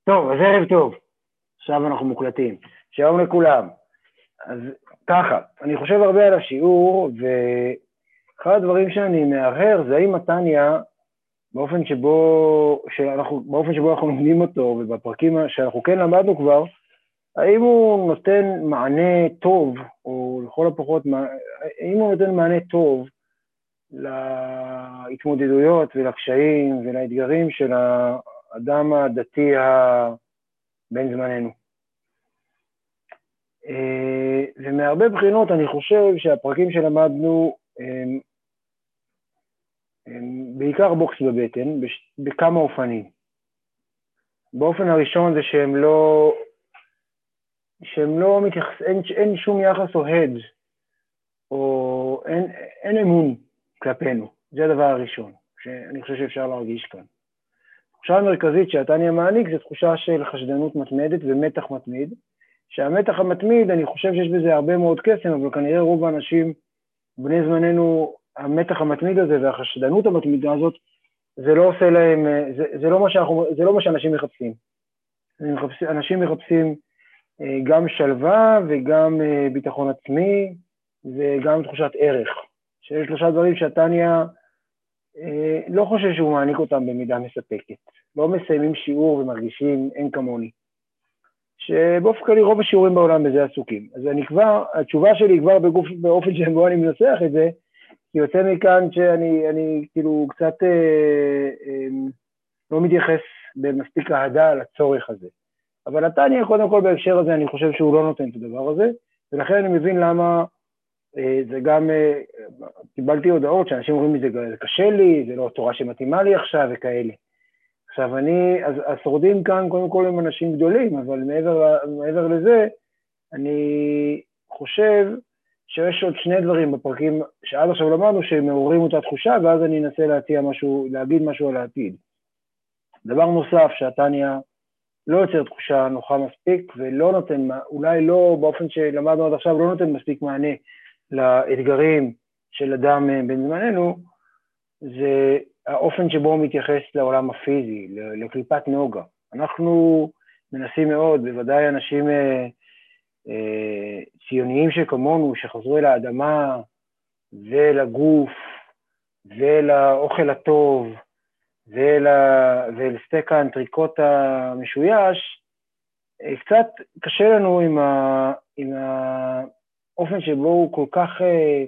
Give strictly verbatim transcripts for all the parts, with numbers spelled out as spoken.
טוב, אז ערב טוב. עכשיו אנחנו מוקלטים. שלום לכולם. אז ככה, אני חושב הרבה על השיעור, ואחד הדברים שאני מהרהר זה האם מתניה, באופן שבו, שאנחנו, באופן שבו אנחנו לומדים אותו, ובפרקים שאנחנו כן למדנו כבר, האם הוא נותן מענה טוב, או לכל הפחות, האם הוא נותן מענה טוב להתמודדויות ולקשיים ולאתגרים של האדם הדתי בן זמננו. ומהרבה בחינות אני חושב שהפרקים שלמדנו הם, הם בעיקר בוקס בבטן, בכמה אופנים. באופן הראשון זה שהם לא, שהם לא מתייחס, אין, אין שום יחס או הד, או אין, אין אמון כלפינו. זה הדבר הראשון, שאני חושב שאפשר להרגיש כאן. התחושה המרכזית שהתניא מעניק זה תחושה של חשדנות מתמדת ומתח מתמיד, שהמתח המתמיד, אני חושב שיש בזה הרבה מאוד קסם, אבל כנראה רוב האנשים בני זמננו, המתח המתמיד הזה והחשדנות המתמידה הזאת, זה לא עושה להם, זה, זה, לא, מה שאנחנו, זה לא מה שאנשים מחפשים. אנשים מחפשים גם שלווה וגם ביטחון עצמי וגם תחושת ערך, שיש שלושה דברים שהתניא לא חושב שהוא מעניק אותם במידה מספקת. לא מסיימים שיעור ומרגישים אין כמוני. שבאופן כללי רוב השיעורים בעולם בזה עסוקים. אז אני כבר, התשובה שלי כבר בגוף, באופן שבו אני מנסח את זה, כי יוצא מכאן שאני אני, כאילו קצת אה, אה, לא מתייחס במספיק אהדה לצורך הזה. אבל התניא קודם כל בהקשר הזה אני חושב שהוא לא נותן את הדבר הזה, ולכן אני מבין למה אה, זה גם, אה, קיבלתי הודעות שאנשים אומרים לי זה, זה קשה לי, זה לא תורה שמתאימה לי עכשיו וכאלה. עכשיו אני, אז השורדים כאן קודם כל הם אנשים גדולים, אבל מעבר, מעבר לזה, אני חושב שיש עוד שני דברים בפרקים שעד עכשיו למדנו שמעוררים אותה תחושה, ואז אני אנסה להציע משהו, להגיד משהו על העתיד. דבר נוסף שהתניא לא יוצר תחושה נוחה מספיק, ולא נותן, אולי לא באופן שלמדנו עד עכשיו, לא נותן מספיק מענה לאתגרים של אדם בן זמננו, זה האופן שבו הוא מתייחס לעולם הפיזי, לקליפת נוגה. אנחנו מנסים מאוד, בוודאי אנשים אה, אה, ציוניים שכמונו, שחזרו אל האדמה ולגוף ולאוכל הטוב ול, ולסטייק האנטריקוט המשויש, אה, קצת קשה לנו עם, ה, עם האופן שבו הוא כל כך... אה,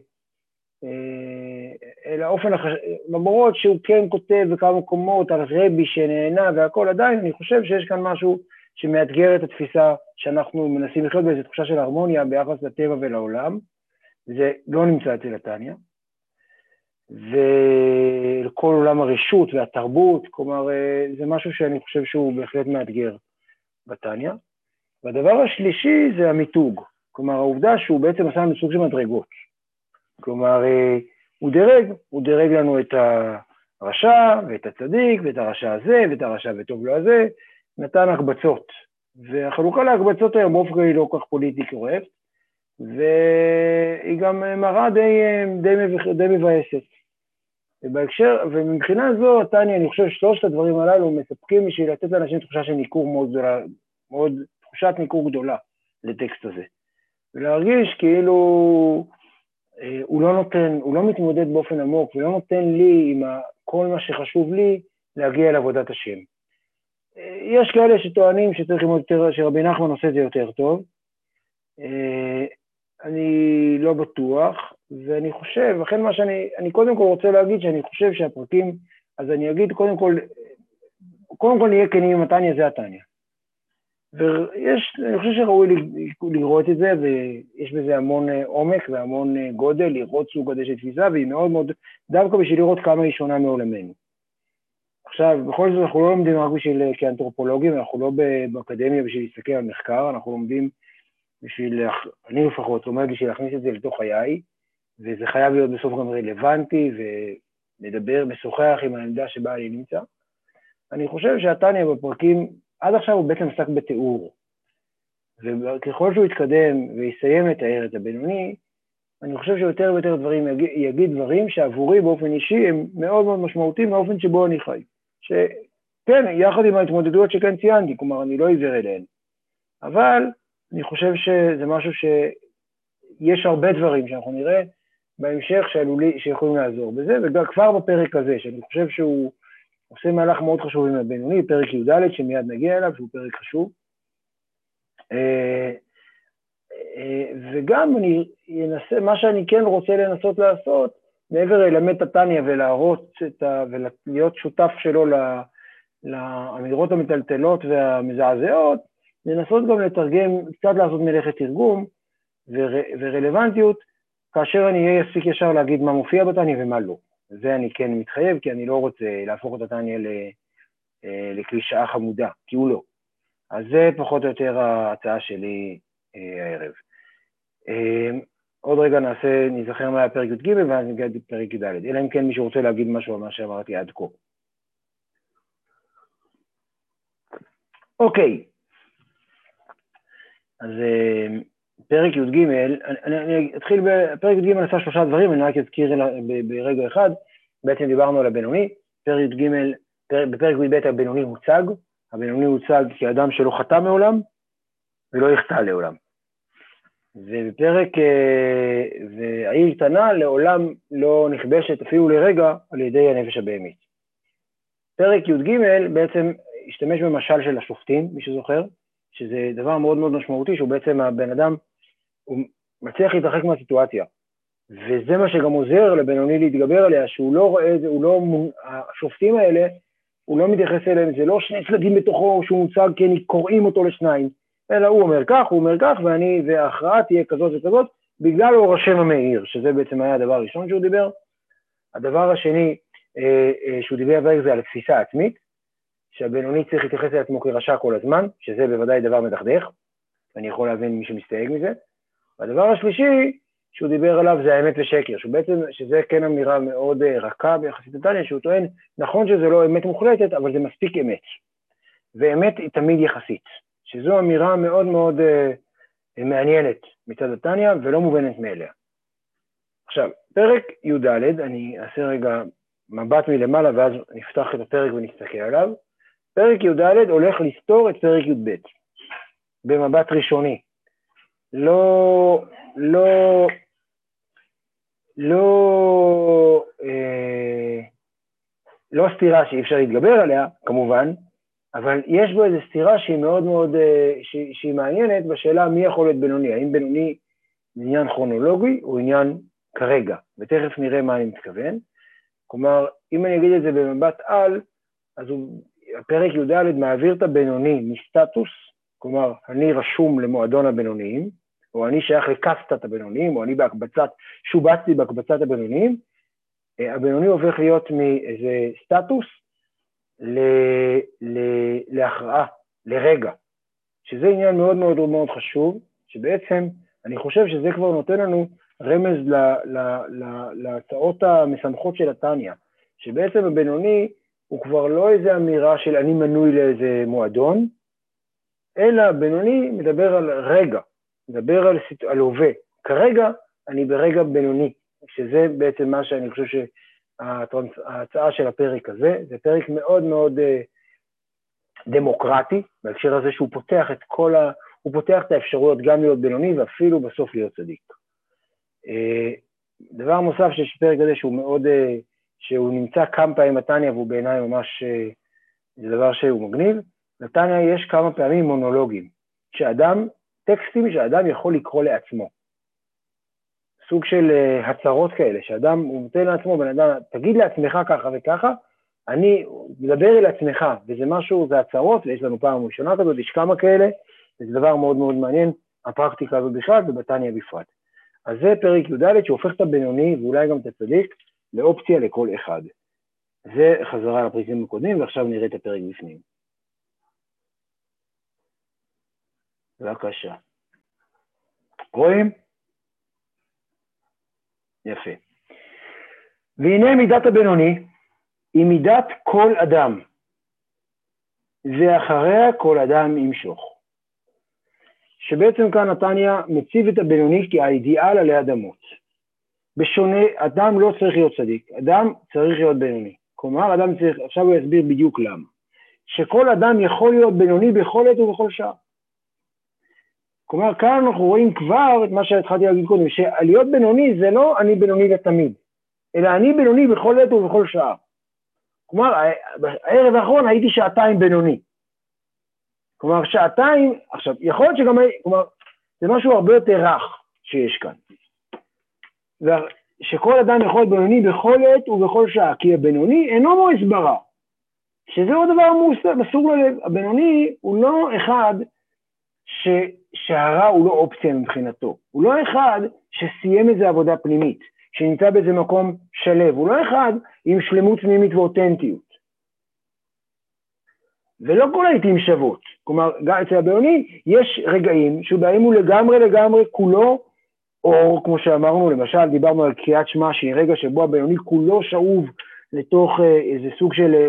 אלא אופן, למרות שהוא כן כותב בכמה מקומות על רבי שנהנה והכל, עדיין אני חושב שיש כאן משהו שמאתגר את התפיסה שאנחנו מנסים לחיות באיזו תחושה של הרמוניה ביחס לטבע ולעולם, זה לא נמצא אצל התניא, ולכל עולם הרשות והתרבות, כלומר זה משהו שאני חושב שהוא בהחלט מאתגר בתניא. והדבר השלישי זה המיתוג, כלומר העובדה שהוא בעצם עשה לנו סוג של מדרגות, כלומר, הוא דרג, הוא דרג לנו את הרשע ואת הצדיק ואת הרשע הזה ואת הרשע וטוב לו הזה, נתן הקבצות. והחלוקה להקבצות היום באופן כללי לא כך פוליטי קורף, והיא גם מראה די, די, די מבאסת. ובהקשר, ומבחינה זו, תניא, אני חושב שלושת הדברים הללו מספקים בשביל לתת לאנשים תחושה של ניכור מאוד גדולה, מאוד, תחושת ניכור גדולה לטקסט הזה. ולהרגיש כאילו... הוא לא נותן, הוא לא מתמודד באופן עמוק, ולא נותן לי עם כל מה שחשוב לי להגיע לעבודת השם. יש כאלה שטוענים שצריך ללמוד יותר, שרבי נחמן עושה את זה יותר טוב. אני לא בטוח, ואני חושב, לכן מה שאני, אני קודם כל רוצה להגיד שאני חושב שהפרקים, אז אני אגיד קודם כל, קודם כל נהיה כנים עם התניא, זה התניא. ויש, אני חושב שראוי לראות את זה, ויש בזה המון עומק והמון גודל, לראות סוג גודל של תפיסה, והיא מאוד מאוד, דווקא בשביל לראות כמה היא שונה מעולמנו. עכשיו, בכל זאת אנחנו לא לומדים רק בשביל כאנתרופולוגים, אנחנו לא באקדמיה בשביל להסתכל על מחקר, אנחנו לומדים בשביל, אני לפחות לומד בשביל להכניס את זה לתוך חיי, וזה חייב להיות בסוף גם רלוונטי, ולדבר, משוחח עם העמדה שבה אני נמצא. אני חושב שהתניא בפרקים, עד עכשיו הוא בעצם עסק בתיאור, וככל שהוא יתקדם ויסיים את הארץ הבינוני, אני חושב שיותר ויותר דברים יגיד, יגיד דברים שעבורי באופן אישי הם מאוד מאוד משמעותיים באופן שבו אני חי. כן, יחד עם ההתמודדויות שכן ציינתי, כלומר, אני לא עיוור אליהן. אבל אני חושב שזה משהו שיש הרבה דברים שאנחנו נראה בהמשך שעלולי, שיכולים לעזור בזה, וגם כבר בפרק הזה, שאני חושב שהוא עושה מהלך מאוד חשוב עם הבינוני, פרק י"ד שמיד נגיע אליו, שהוא פרק חשוב. וגם אני אנסה, מה שאני כן רוצה לנסות לעשות, מעבר ללמד את הטניה ולהראות את ה... ולהיות שותף שלו לאמירות המטלטלות והמזעזעות, לנסות גם לתרגם, קצת לעשות מלאכת תרגום ור... ורלוונטיות, כאשר אני אהיה יספיק ישר להגיד מה מופיע בטניה ומה לא. זה אני כן מתחייב, כי אני לא רוצה להפוך את הטניה לקלישאה חמודה, כי הוא לא. אז זה פחות או יותר ההצעה שלי הערב. עוד רגע נעשה, נזכר מה פרק י"ג ואז נגיע לפרק י"ד, אלא אם כן מישהו רוצה להגיד משהו על מה שאמרתי עד כה. אוקיי, אז פרק י"ג, אני, אני אתחיל בפרק י"ג נעשה שלושה דברים, אני רק אזכיר ברגע אחד, בעצם דיברנו על הבינוני, פרק י"ג, בפרק י"ב הבינוני הוצג, הבינוני הוצג כאדם שלא חטא מעולם ולא יחטא לעולם. ובפרק, והעיר קטנה לעולם לא נכבשת אפילו לרגע על ידי הנפש הבהמית. פרק י"ג בעצם השתמש במשל של השופטים, מי שזוכר, שזה דבר מאוד מאוד משמעותי, שהוא בעצם הבן אדם, הוא מצליח להתרחק מהסיטואציה, וזה מה שגם עוזר לבינוני להתגבר עליה, שהוא לא רואה, הוא לא, השופטים האלה, הוא לא מתייחס אליהם, זה לא שני צדדים בתוכו שהוא מוצג, כי קוראים אותו לשניים, אלא הוא אומר כך, הוא אומר כך, ואני, וההכרעה תהיה כזאת וכזאת, בגלל אור השם המאיר, שזה בעצם היה הדבר הראשון שהוא דיבר. הדבר השני אה, אה, שהוא דיבר בפרק זה על תפיסה עצמית, שהבינוני צריך להתייחס לעצמו כרשע כל הזמן, שזה בוודאי דבר מדכדך, ואני יכול להבין מי שמסתייג מזה. והדבר השלישי שהוא דיבר עליו זה האמת ושקר, שהוא בעצם, שזה כן אמירה מאוד אה, רכה ביחסית לטניה, שהוא טוען, נכון שזה לא אמת מוחלטת, אבל זה מספיק אמת. ואמת היא תמיד יחסית. שזו אמירה מאוד מאוד uh, מעניינת מצד הטניה ולא מובנת מאליה. עכשיו, פרק י"ד, אני אעשה רגע מבט מלמעלה ואז נפתח את הפרק ונסתכל עליו. פרק י"ד הולך לסתור את פרק י"ב, במבט ראשוני. לא, לא, לא, אה, לא סתירה שאי אפשר להתגבר עליה, כמובן, אבל יש בו איזו סתירה שהיא מאוד מאוד, שהיא, שהיא מעניינת בשאלה מי יכול להיות בינוני, האם בינוני זה עניין כרונולוגי או עניין כרגע, ותכף נראה מה אני מתכוון. כלומר, אם אני אגיד את זה במבט על, אז הוא, הפרק י"ד מעביר את הבינוני מסטטוס, כלומר, אני רשום למועדון הבינוניים, או אני שייך לקסטת הבינוניים, או אני בהקבצת, שובצתי בהקבצת הבינוניים, הבינוני הופך להיות מאיזה סטטוס, ל, ל, להכרעה, לרגע, שזה עניין מאוד מאוד מאוד חשוב, שבעצם אני חושב שזה כבר נותן לנו רמז ל, ל, ל, להצעות המשמחות של הטניה, שבעצם הבינוני הוא כבר לא איזה אמירה של אני מנוי לאיזה מועדון, אלא הבינוני מדבר על רגע, מדבר על, על הווה, כרגע אני ברגע בינוני, שזה בעצם מה שאני חושב ש... ההצעה של הפרק הזה, זה פרק מאוד מאוד דמוקרטי, בהקשר הזה שהוא פותח את כל ה... הוא פותח את האפשרויות גם להיות בינוני ואפילו בסוף להיות צדיק. דבר נוסף שיש בפרק הזה שהוא מאוד, שהוא נמצא כמה פעמים בטניה והוא בעיניי ממש, זה דבר שהוא מגניב, בטניה יש כמה פעמים מונולוגים, שאדם, טקסטים שאדם יכול לקרוא לעצמו. סוג של uh, הצהרות כאלה, שאדם, הוא נותן לעצמו, בן אדם, תגיד לעצמך ככה וככה, אני מדבר אל עצמך, וזה משהו, זה הצהרות, ויש לנו פעם ראשונה כזאת, יש כמה כאלה, וזה דבר מאוד מאוד מעניין, הפרקטיקה הזאת בכלל, ובטניה בפרט. אז זה פרק י"ד, שהופך את הבינוני, ואולי גם את הצדיק, לאופציה לכל אחד. זה חזרה לפרקים הקודמים, ועכשיו נראה את הפרק בפנים. בבקשה. רואים? יפה. והנה מידת הבינוני היא מידת כל אדם, ואחריה כל אדם ימשוך. שבעצם כאן נתניה מציב את הבינוני כאידיאל עלי אדמות. בשונה, אדם לא צריך להיות צדיק, אדם צריך להיות בינוני. כלומר, אדם צריך, עכשיו הוא יסביר בדיוק למה. שכל אדם יכול להיות בינוני בכל עת ובכל שעה. כלומר, כאן אנחנו רואים כבר את מה שהתחלתי להגיד קודם, שלהיות בינוני זה לא אני בינוני לתמיד, אלא אני בינוני בכל עת ובכל שעה. כלומר, הערב האחרון הייתי שעתיים בינוני. כלומר, שעתיים, עכשיו, יכול להיות שגם, כלומר, זה משהו הרבה יותר רך שיש כאן. שכל אדם יכול להיות בינוני בכל עת ובכל שעה, כי הבינוני אינו מואס ברע, שזה עוד דבר מסור ללב. הבינוני הוא לא אחד ש, שהרע הוא לא אופציה מבחינתו, הוא לא אחד שסיים איזו עבודה פנימית, שנמצא באיזה מקום שלב, הוא לא אחד עם שלמות פנימית ואותנטיות. ולא כל העיתים שוות, כלומר, אצל הבינוני יש רגעים שבהם הוא לגמרי לגמרי כולו, או כמו שאמרנו, למשל דיברנו על קריאת שמע, שהיא רגע שבו הבינוני כולו שאוב לתוך איזה סוג של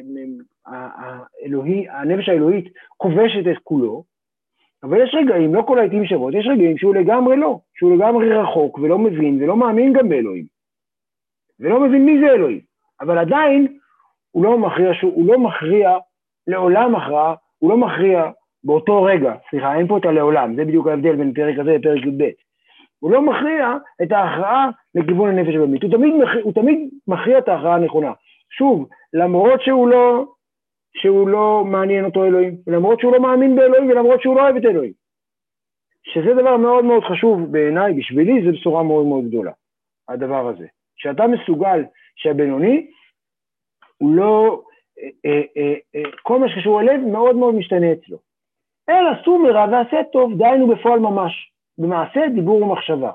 האלוהי, הנפש האלוהית כובשת את כולו, אבל יש רגעים, לא כל העיתים שוות, יש רגעים שהוא לגמרי לא, שהוא לגמרי רחוק ולא מבין ולא מאמין גם באלוהים, ולא מבין מי זה אלוהים, אבל עדיין הוא לא מכריע, הוא לא מכריע לעולם הכרעה, הוא לא מכריע באותו רגע, סליחה, אין פה את הלעולם, זה בדיוק ההבדל בין פרק הזה לפרק י"ב, הוא לא מכריע את ההכרעה לכיוון הנפש הבאמית, הוא תמיד, הוא תמיד מכריע את ההכרעה הנכונה, שוב, למרות שהוא לא, שהוא לא מעניין אותו אלוהים, ולמרות שהוא לא מאמין באלוהים, ולמרות שהוא לא אוהב את אלוהים, שזה דבר מאוד מאוד חשוב בעיניי, בשבילי זה בשורה מאוד מאוד גדולה, הדבר הזה, שאתה מסוגל שהבינוני, הוא לא, אה, אה, אה, כל מה שקשור אליו מאוד מאוד משתנה אצלו, אלא עשו מרע ועשה טוב, דיינו בפועל ממש, במעשה, דיבור ומחשבה.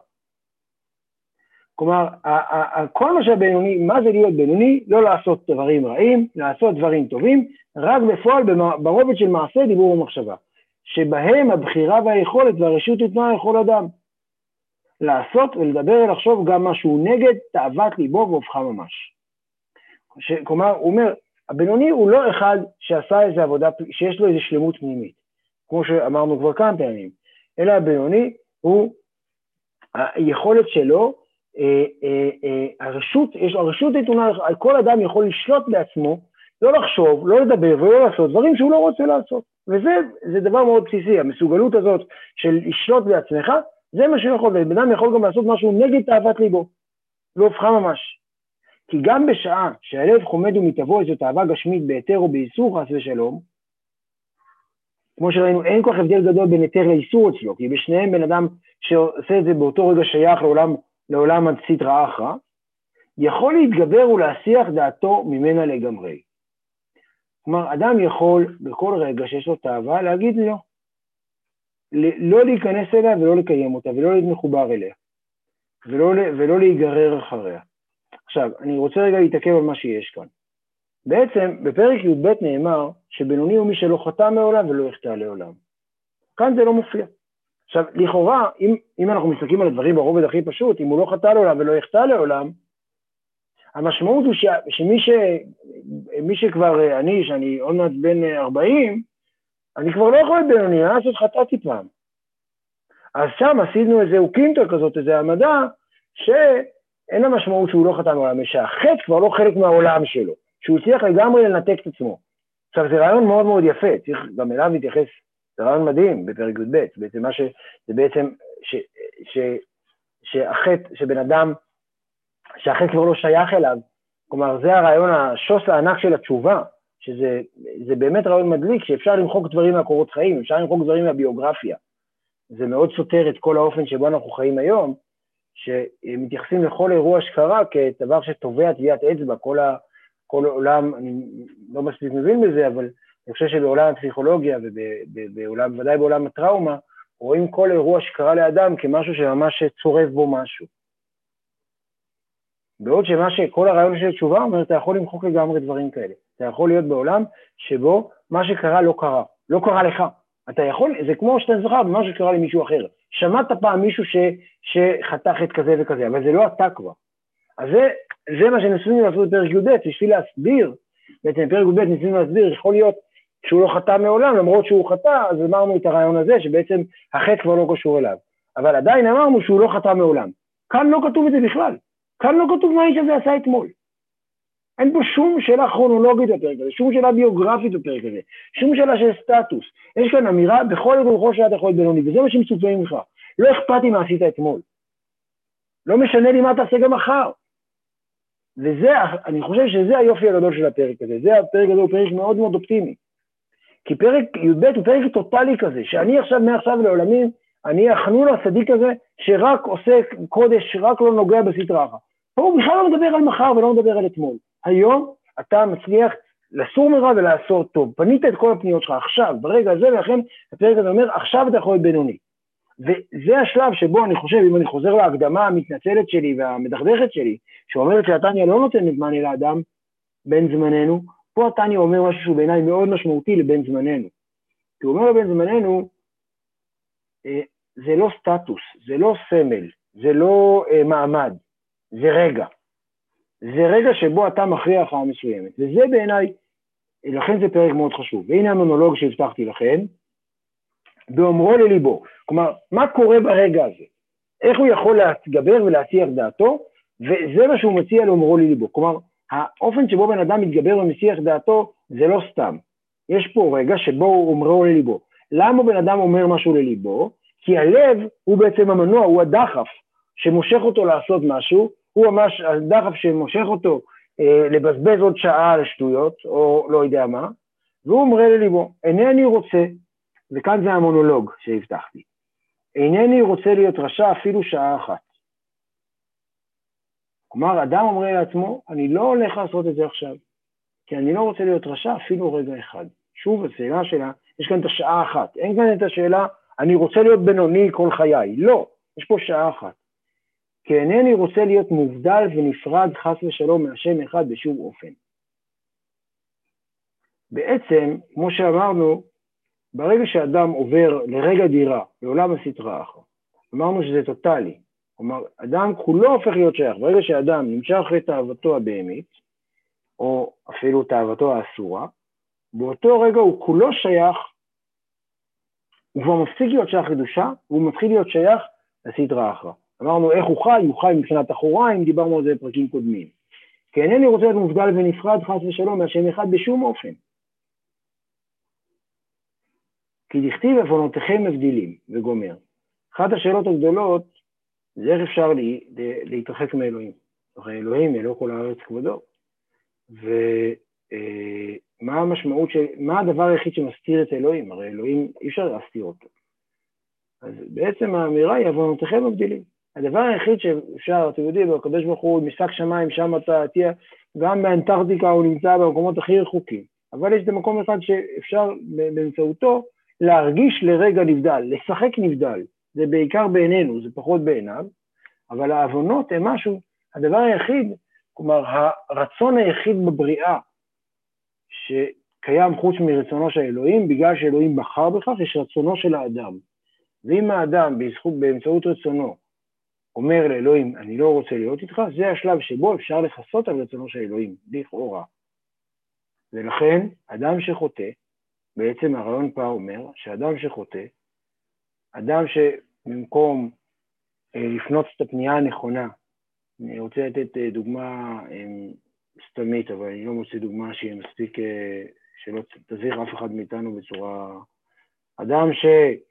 כלומר, כל מה שהבינוני, מה זה להיות בינוני? לא לעשות דברים רעים, לעשות דברים טובים, רק בפועל ברובד של מעשה, דיבור ומחשבה, שבהם הבחירה והיכולת והרשות ותנועה לכל אדם. לעשות ולדבר ולחשוב גם משהו נגד תאוות ליבו והופכה ממש. ש, כלומר, הוא אומר, הבינוני הוא לא אחד שעשה איזו עבודה, שיש לו איזו שלמות פנימית, כמו שאמרנו כבר כמה פעמים, אלא הבינוני הוא היכולת שלו, אה, אה, אה, הרשות, יש לו הרשות נתונה, כל אדם יכול לשלוט בעצמו, לא לחשוב, לא לדבר ולא לעשות דברים שהוא לא רוצה לעשות, וזה זה דבר מאוד בסיסי, המסוגלות הזאת של לשלוט בעצמך, זה מה שהוא יכול, ובן אדם יכול גם לעשות משהו נגד תאוות ליבו, והופכה ממש. כי גם בשעה שהלב חומד ומתאבו איזו תאווה גשמית בהיתר או באיסור חס ושלום, כמו שראינו, אין כל כך הבדל גדול בין היתר לאיסור אצלו, כי בשניהם בן אדם שעושה את זה באותו רגע שייך לעולם, לעולם הסטרא אחרא, יכול להתגבר ולהסיח דעתו ממנה לגמרי. כלומר, אדם יכול בכל רגע שיש לו תאווה להגיד לא. לא להיכנס אליה ולא לקיים אותה, ולא להיות מחובר אליה, ולא, ולא להיגרר אחריה. עכשיו, אני רוצה רגע להתעכב על מה שיש כאן. בעצם, בפרק י"ב נאמר שבינוני הוא מי שלא חטא מעולם ולא יחטא לעולם. כאן זה לא מופיע. עכשיו, לכאורה, אם, אם אנחנו מסתכלים על הדברים ברובד הכי פשוט, אם הוא לא חטא לעולם ולא יחטא לעולם, המשמעות הוא ש, שמי ש, מי שכבר, אני, שאני עוד מעט בן ארבעים, אני כבר לא יכול להיות בינוני, אז עוד חטאתי פעם. אז שם עשינו איזה אוקינטה כזאת, איזה העמדה, שאין המשמעות שהוא לא חטא מעולם, שהחטא כבר לא חלק מהעולם שלו, שהוא צריך לגמרי לנתק את עצמו. עכשיו, זה רעיון מאוד מאוד יפה, צריך גם אליו להתייחס, זה רעיון מדהים בפרק י"ב, בעצם מה ש... זה בעצם ש... ש... שהחטא, שבן אדם, שהחטא כבר לא שייך אליו, כלומר, זה הרעיון, השוס הענק של התשובה, שזה זה באמת רעיון מדליק, שאפשר למחוק דברים מהקורות חיים, אפשר למחוק דברים מהביוגרפיה. זה מאוד סותר את כל האופן שבו אנחנו חיים היום, שמתייחסים לכל אירוע שקרה כדבר שטובע טביעת אצבע, כל, ה, כל העולם, אני לא מספיק מבין בזה, אבל אני חושב שבעולם הפסיכולוגיה, ובעולם, ודאי בעולם הטראומה, רואים כל אירוע שקרה לאדם כמשהו שממש צורף בו משהו. בעוד שמה שכל הרעיון של תשובה אומר, אתה יכול למחוק לגמרי דברים כאלה. אתה יכול להיות בעולם שבו מה שקרה לא קרה, לא קרה לך. אתה יכול, זה כמו שאתה זוכר במה שקרה למישהו אחר. שמעת פעם מישהו ש, שחתך את כזה וכזה, אבל זה לא אתה כבר. אז זה, זה מה שניסינו לעשות בפרק י"ב, בשביל להסביר, בעצם בפרק י"ב ניסינו להסביר, יכול להיות שהוא לא חטא מעולם, למרות שהוא חטא, אז אמרנו את הרעיון הזה, שבעצם החטא כבר לא קשור אליו. אבל עדיין אמרנו שהוא לא חטא מעולם. כאן לא כתוב את זה בכלל. כאן לא כתוב מה האיש הזה עשה אתמול. אין פה שום שאלה כרונולוגית בפרק הזה, שום שאלה ביוגרפית בפרק הזה, שום שאלה של סטטוס. יש כאן אמירה, בכל עת ובכל שעה אתה יכול להיות בינוני, וזה מה שמצופה ממך. לא אכפת לי מה עשית אתמול. לא משנה לי מה תעשה גם מחר. וזה, אני חושב שזה היופי הגדול של הפרק הזה. זה הפרק הזה הוא פרק מאוד מאוד אופטימי. כי פרק י"ב הוא פרק טוטלי כזה, שאני עכשיו, מעכשיו לעולמים, אני החנון הצדיק הזה, שרק עושה קודש, שרק לא נוגע בסטרה אחת. פה הוא בכלל לא מדבר על מחר ולא מדבר על אתמול. היום אתה מצליח לסור מרע ולעשות טוב. פנית את כל הפניות שלך עכשיו, ברגע הזה, ולכן הפרק הזה אומר, עכשיו אתה יכול להיות בינוני. וזה השלב שבו אני חושב, אם אני חוזר להקדמה המתנצלת שלי והמדכדכת שלי, שאומרת שהתניא לא נותנת מענה לאדם בן זמננו, פה התניא אומר משהו שהוא בעיניי מאוד משמעותי לבן זמננו. כי הוא אומר לבן זמננו, זה לא סטטוס, זה לא סמל, זה לא מעמד, זה רגע. זה רגע שבו אתה מכריע הכרעה מסוימת. וזה בעיניי, לכן זה פרק מאוד חשוב. והנה המונולוג שהבטחתי לכם, באומרו לליבו. כלומר, מה קורה ברגע הזה? איך הוא יכול להתגבר ולהציח דעתו? וזה מה שהוא מציע לאומרו לליבו. כלומר, האופן שבו בן אדם מתגבר ומציח דעתו, זה לא סתם. יש פה רגע שבו הוא אומרו לליבו. למה בן אדם אומר משהו לליבו? כי הלב הוא בעצם המנוע, הוא הדחף שמושך אותו לעשות משהו, הוא ממש הדחף שמושך אותו אה, לבזבז עוד שעה על שטויות, או לא יודע מה, והוא אומר לליבו, אינני רוצה, וכאן זה המונולוג שהבטחתי, אינני רוצה להיות רשע אפילו שעה אחת. כלומר, אדם אומר לעצמו, אני לא הולך לעשות את זה עכשיו, כי אני לא רוצה להיות רשע אפילו רגע אחד. שוב, השאלה שלה, יש כאן את השעה אחת, אין כאן את השאלה, אני רוצה להיות בינוני כל חיי. לא, יש פה שעה אחת. כי אינני רוצה להיות מובדל ונפרד חס ושלום מהשם אחד בשום אופן. בעצם, כמו שאמרנו, ברגע שאדם עובר לרגע דירה, לעולם הסטרה אחר, אמרנו שזה טוטלי. כלומר, אדם כולו הופך להיות שייך. ברגע שאדם נמשך אחרי תאוותו הבהמית, או אפילו תאוותו האסורה, באותו רגע הוא כולו שייך, הוא כבר מפסיק להיות שייך קדושה, והוא מתחיל להיות שייך לסטרה אחר. אמרנו איך הוא חי, הוא חי מבחינת אחוריים, דיברנו על זה בפרקים קודמים. כי אינני רוצה להיות מובדל ונפרד חס ושלום מהשם אחד בשום אופן. כי דכתיב עוונותיכם מבדילים, וגומר. אחת השאלות הגדולות, זה איך אפשר לי, להתרחק מאלוהים. הרי אלוהים, אלוה כל הארץ כבודו. ומה המשמעות של, מה הדבר היחיד שמסתיר את אלוהים? הרי אלוהים אי אפשר להסתיר אותו. אז בעצם האמירה היא עוונותיכם מבדילים. הדבר היחיד שאפשר, אתם יודעים, בקדוש ברוך הוא, משק שמיים, שם אתה תהיה, גם באנטארקטיקה הוא נמצא במקומות הכי רחוקים. אבל יש במקום אחד שאפשר באמצעותו להרגיש לרגע נבדל, לשחק נבדל. זה בעיקר בעינינו, זה פחות בעיניו, אבל העוונות הם משהו, הדבר היחיד, כלומר, הרצון היחיד בבריאה שקיים חוץ מרצונו של אלוהים, בגלל שאלוהים בחר בכך, יש רצונו של האדם. ואם האדם בזכות, באמצעות רצונו, אומר לאלוהים, אני לא רוצה להיות איתך, זה השלב שבו אפשר לחסות על רצונו של אלוהים, לכאורה. ולכן, אדם שחוטא, בעצם הרעיון פה אומר, שאדם שחוטא, אדם שבמקום אה, לפנות את הפנייה הנכונה, אני רוצה לתת אה, דוגמה אה, סתמית, אבל אני לא מוצא דוגמה שהיא מספיק, אה, שלא תזהיר אף אחד מאיתנו בצורה... אדם ש...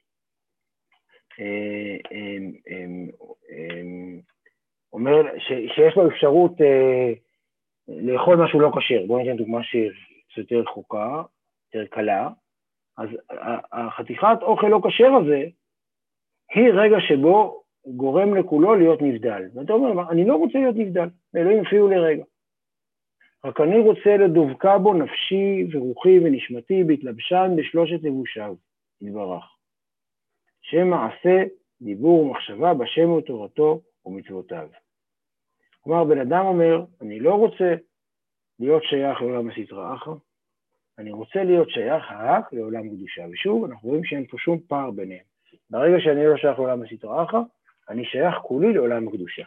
אומר שיש לו אפשרות לאכול משהו לא כשר. בואו ניתן דוגמה שהיא יותר רחוקה, יותר קלה. אז החתיכת אוכל לא כשר הזה, היא רגע שבו גורם לכולו להיות נבדל. ואתה אומר, אני לא רוצה להיות נבדל, אלוהים אפילו לרגע. רק אני רוצה לדבקה בו נפשי ורוחי ונשמתי, בהתלבשן בשלושת לבושיו, יתברך. שם מעשה, דיבור ומחשבה בשם ותורתו ומצוותיו. כלומר, בן אדם אומר, אני לא רוצה להיות שייך לעולם הסטרה אחר, אני רוצה להיות שייך רק לעולם קדושה. ושוב, אנחנו רואים שאין פה שום פער ביניהם. ברגע שאני לא שייך לעולם הסטרה אחר, אני שייך כולי לעולם הקדושה.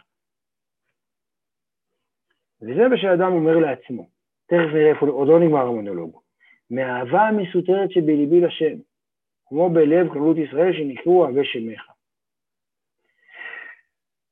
וזה מה שאדם אומר לעצמו. תכף נראה איפה, עוד לא נגמר המונולוג. מהאהבה המסותרת שבליבי לשם, כמו בלב כללות ישראל שנקראו אוהבי שמך.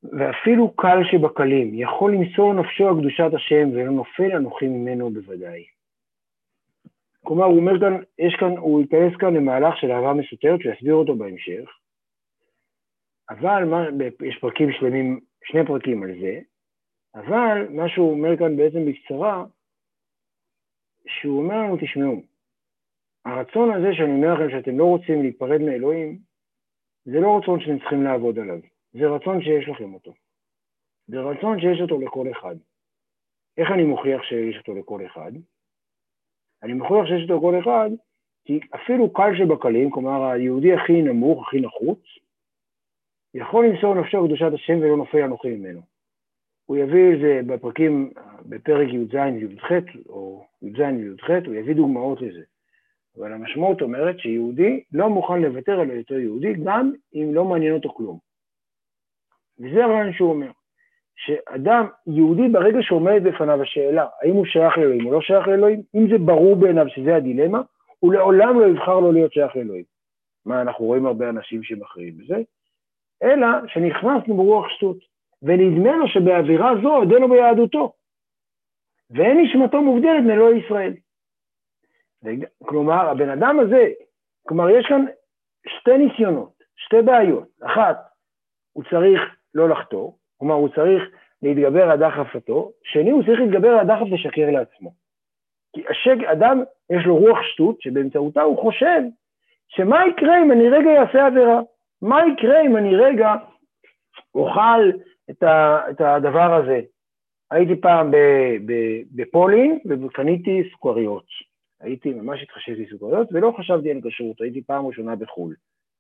ואפילו קל שבקלים, יכול למסור נפשו על קדושת השם, ולא נופל אנוכי ממנו בוודאי. כלומר, הוא אומר כאן, יש כאן, הוא ייכנס כאן למהלך של אהבה מסותרת, שיסביר אותו בהמשך, אבל מה, יש פרקים שלמים, שני פרקים על זה, אבל מה שהוא אומר כאן בעצם בקצרה, שהוא אומר לנו, תשמעו, הרצון הזה שאני אומר לכם שאתם לא רוצים להיפרד מאלוהים, זה לא רצון שאתם צריכים לעבוד עליו, זה רצון שיש לכם אותו. זה רצון שיש אותו לכל אחד. איך אני מוכיח שיש אותו לכל אחד? אני מוכיח שיש אותו לכל אחד, כי אפילו קל שבקלים, כלומר היהודי הכי נמוך, הכי נחוץ, יכול למסור נפשו קדושת השם ולא נופל אנוכי ממנו. הוא יביא את זה בפרקים, בפרק י"ז וי"ח, או י"ז וי"ח, הוא יביא דוגמאות לזה. אבל המשמעות אומרת שיהודי לא מוכן לוותר על היותו יהודי, גם אם לא מעניין אותו כלום. וזה הרעיון שהוא אומר, שאדם יהודי ברגע שעומד בפניו השאלה, האם הוא שייך לאלוהים או לא שייך לאלוהים, אם זה ברור בעיניו שזה הדילמה, הוא לעולם לא יבחר לו להיות שייך לאלוהים. מה, אנחנו רואים הרבה אנשים שמכריעים בזה, אלא שנכנסנו ברוח שטות, ונדמה לו שבאווירה זו עודנו ביהדותו, ואין נשמתו מובדלת מאלוהי ישראל. כלומר, הבן אדם הזה, כלומר, יש כאן שתי ניסיונות, שתי בעיות. אחת, הוא צריך לא לחתור, כלומר, הוא צריך להתגבר על דחפתו, שני, הוא צריך להתגבר על דחף לשקר לעצמו. כי השק, אדם, יש לו רוח שטות, שבאמצעותה הוא חושב, שמה יקרה אם אני רגע אעשה עבירה? מה יקרה אם אני רגע אוכל את, ה, את הדבר הזה? הייתי פעם בפולין, וקניתי סוכריות. הייתי ממש התחשבתי סוכריות, ולא חשבתי על כשרות, הייתי פעם ראשונה בחול.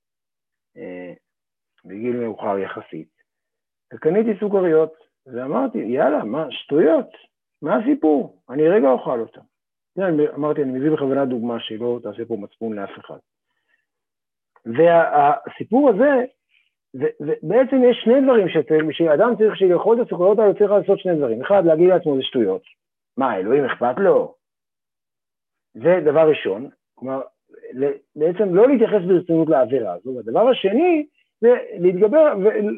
בגיל מאוחר יחסית. וקניתי סוכריות, ואמרתי, יאללה, מה, שטויות, מה הסיפור? אני רגע אוכל אותה. אמרתי, אני מביא בכוונה דוגמה שלא תעשה פה מצפון לאף אחד. והסיפור הזה, בעצם יש שני דברים שאדם צריך שלאכול את הסוכריות האלה, צריך לעשות שני דברים. אחד, להגיד לעצמו, זה שטויות. מה, אלוהים אכפת לו? זה דבר ראשון, כלומר, בעצם לא להתייחס ברצינות לעבירה הזו. הדבר השני, זה להתגבר,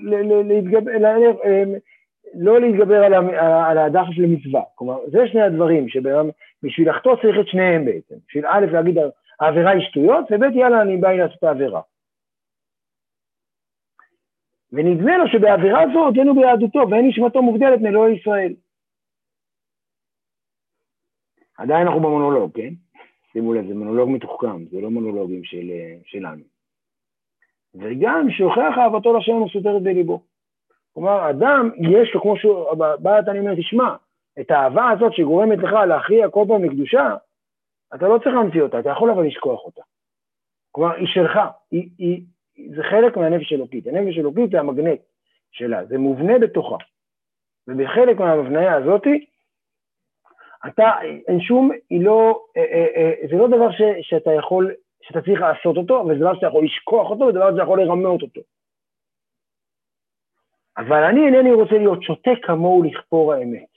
לא להתגבר על הדחף למצווה. כלומר, זה שני הדברים שבשביל לחתור צריך את שניהם בעצם. בשביל א' להגיד, העבירה היא שטויות, וב' יאללה, אני בא לעשות את העבירה. ונדמה לו שבעבירה זו עודנו ביהדותו, ואין נשמתו מובדלת מאלוהי ישראל. עדיין אנחנו במונולוג, כן? שימו לב, זה מונולוג מתוחכם, זה לא מונולוגים של, שלנו. וגם שוכח אהבתו לשם מסותרת בליבו. כלומר, אדם, יש לו, כמו שהוא, באת אני אומר, תשמע, את האהבה הזאת שגורמת לך להכריע כל פעם לקדושה, אתה לא צריך להמציא אותה, אתה יכול אבל לשכוח אותה. כלומר, היא שלך, היא, היא, זה חלק מהנפש אלוקית. הנפש אלוקית זה המגנט שלה, זה מובנה בתוכה. ובחלק מהמבניה הזאת, אתה, אין שום, היא לא, אה, אה, אה, זה לא דבר ש, שאתה יכול, שאתה צריך לעשות אותו, וזה דבר שאתה יכול לשכוח אותו, וזה דבר שאתה יכול לרמות אותו. אבל אני אינני רוצה להיות שותה כמוהו לכפור האמת.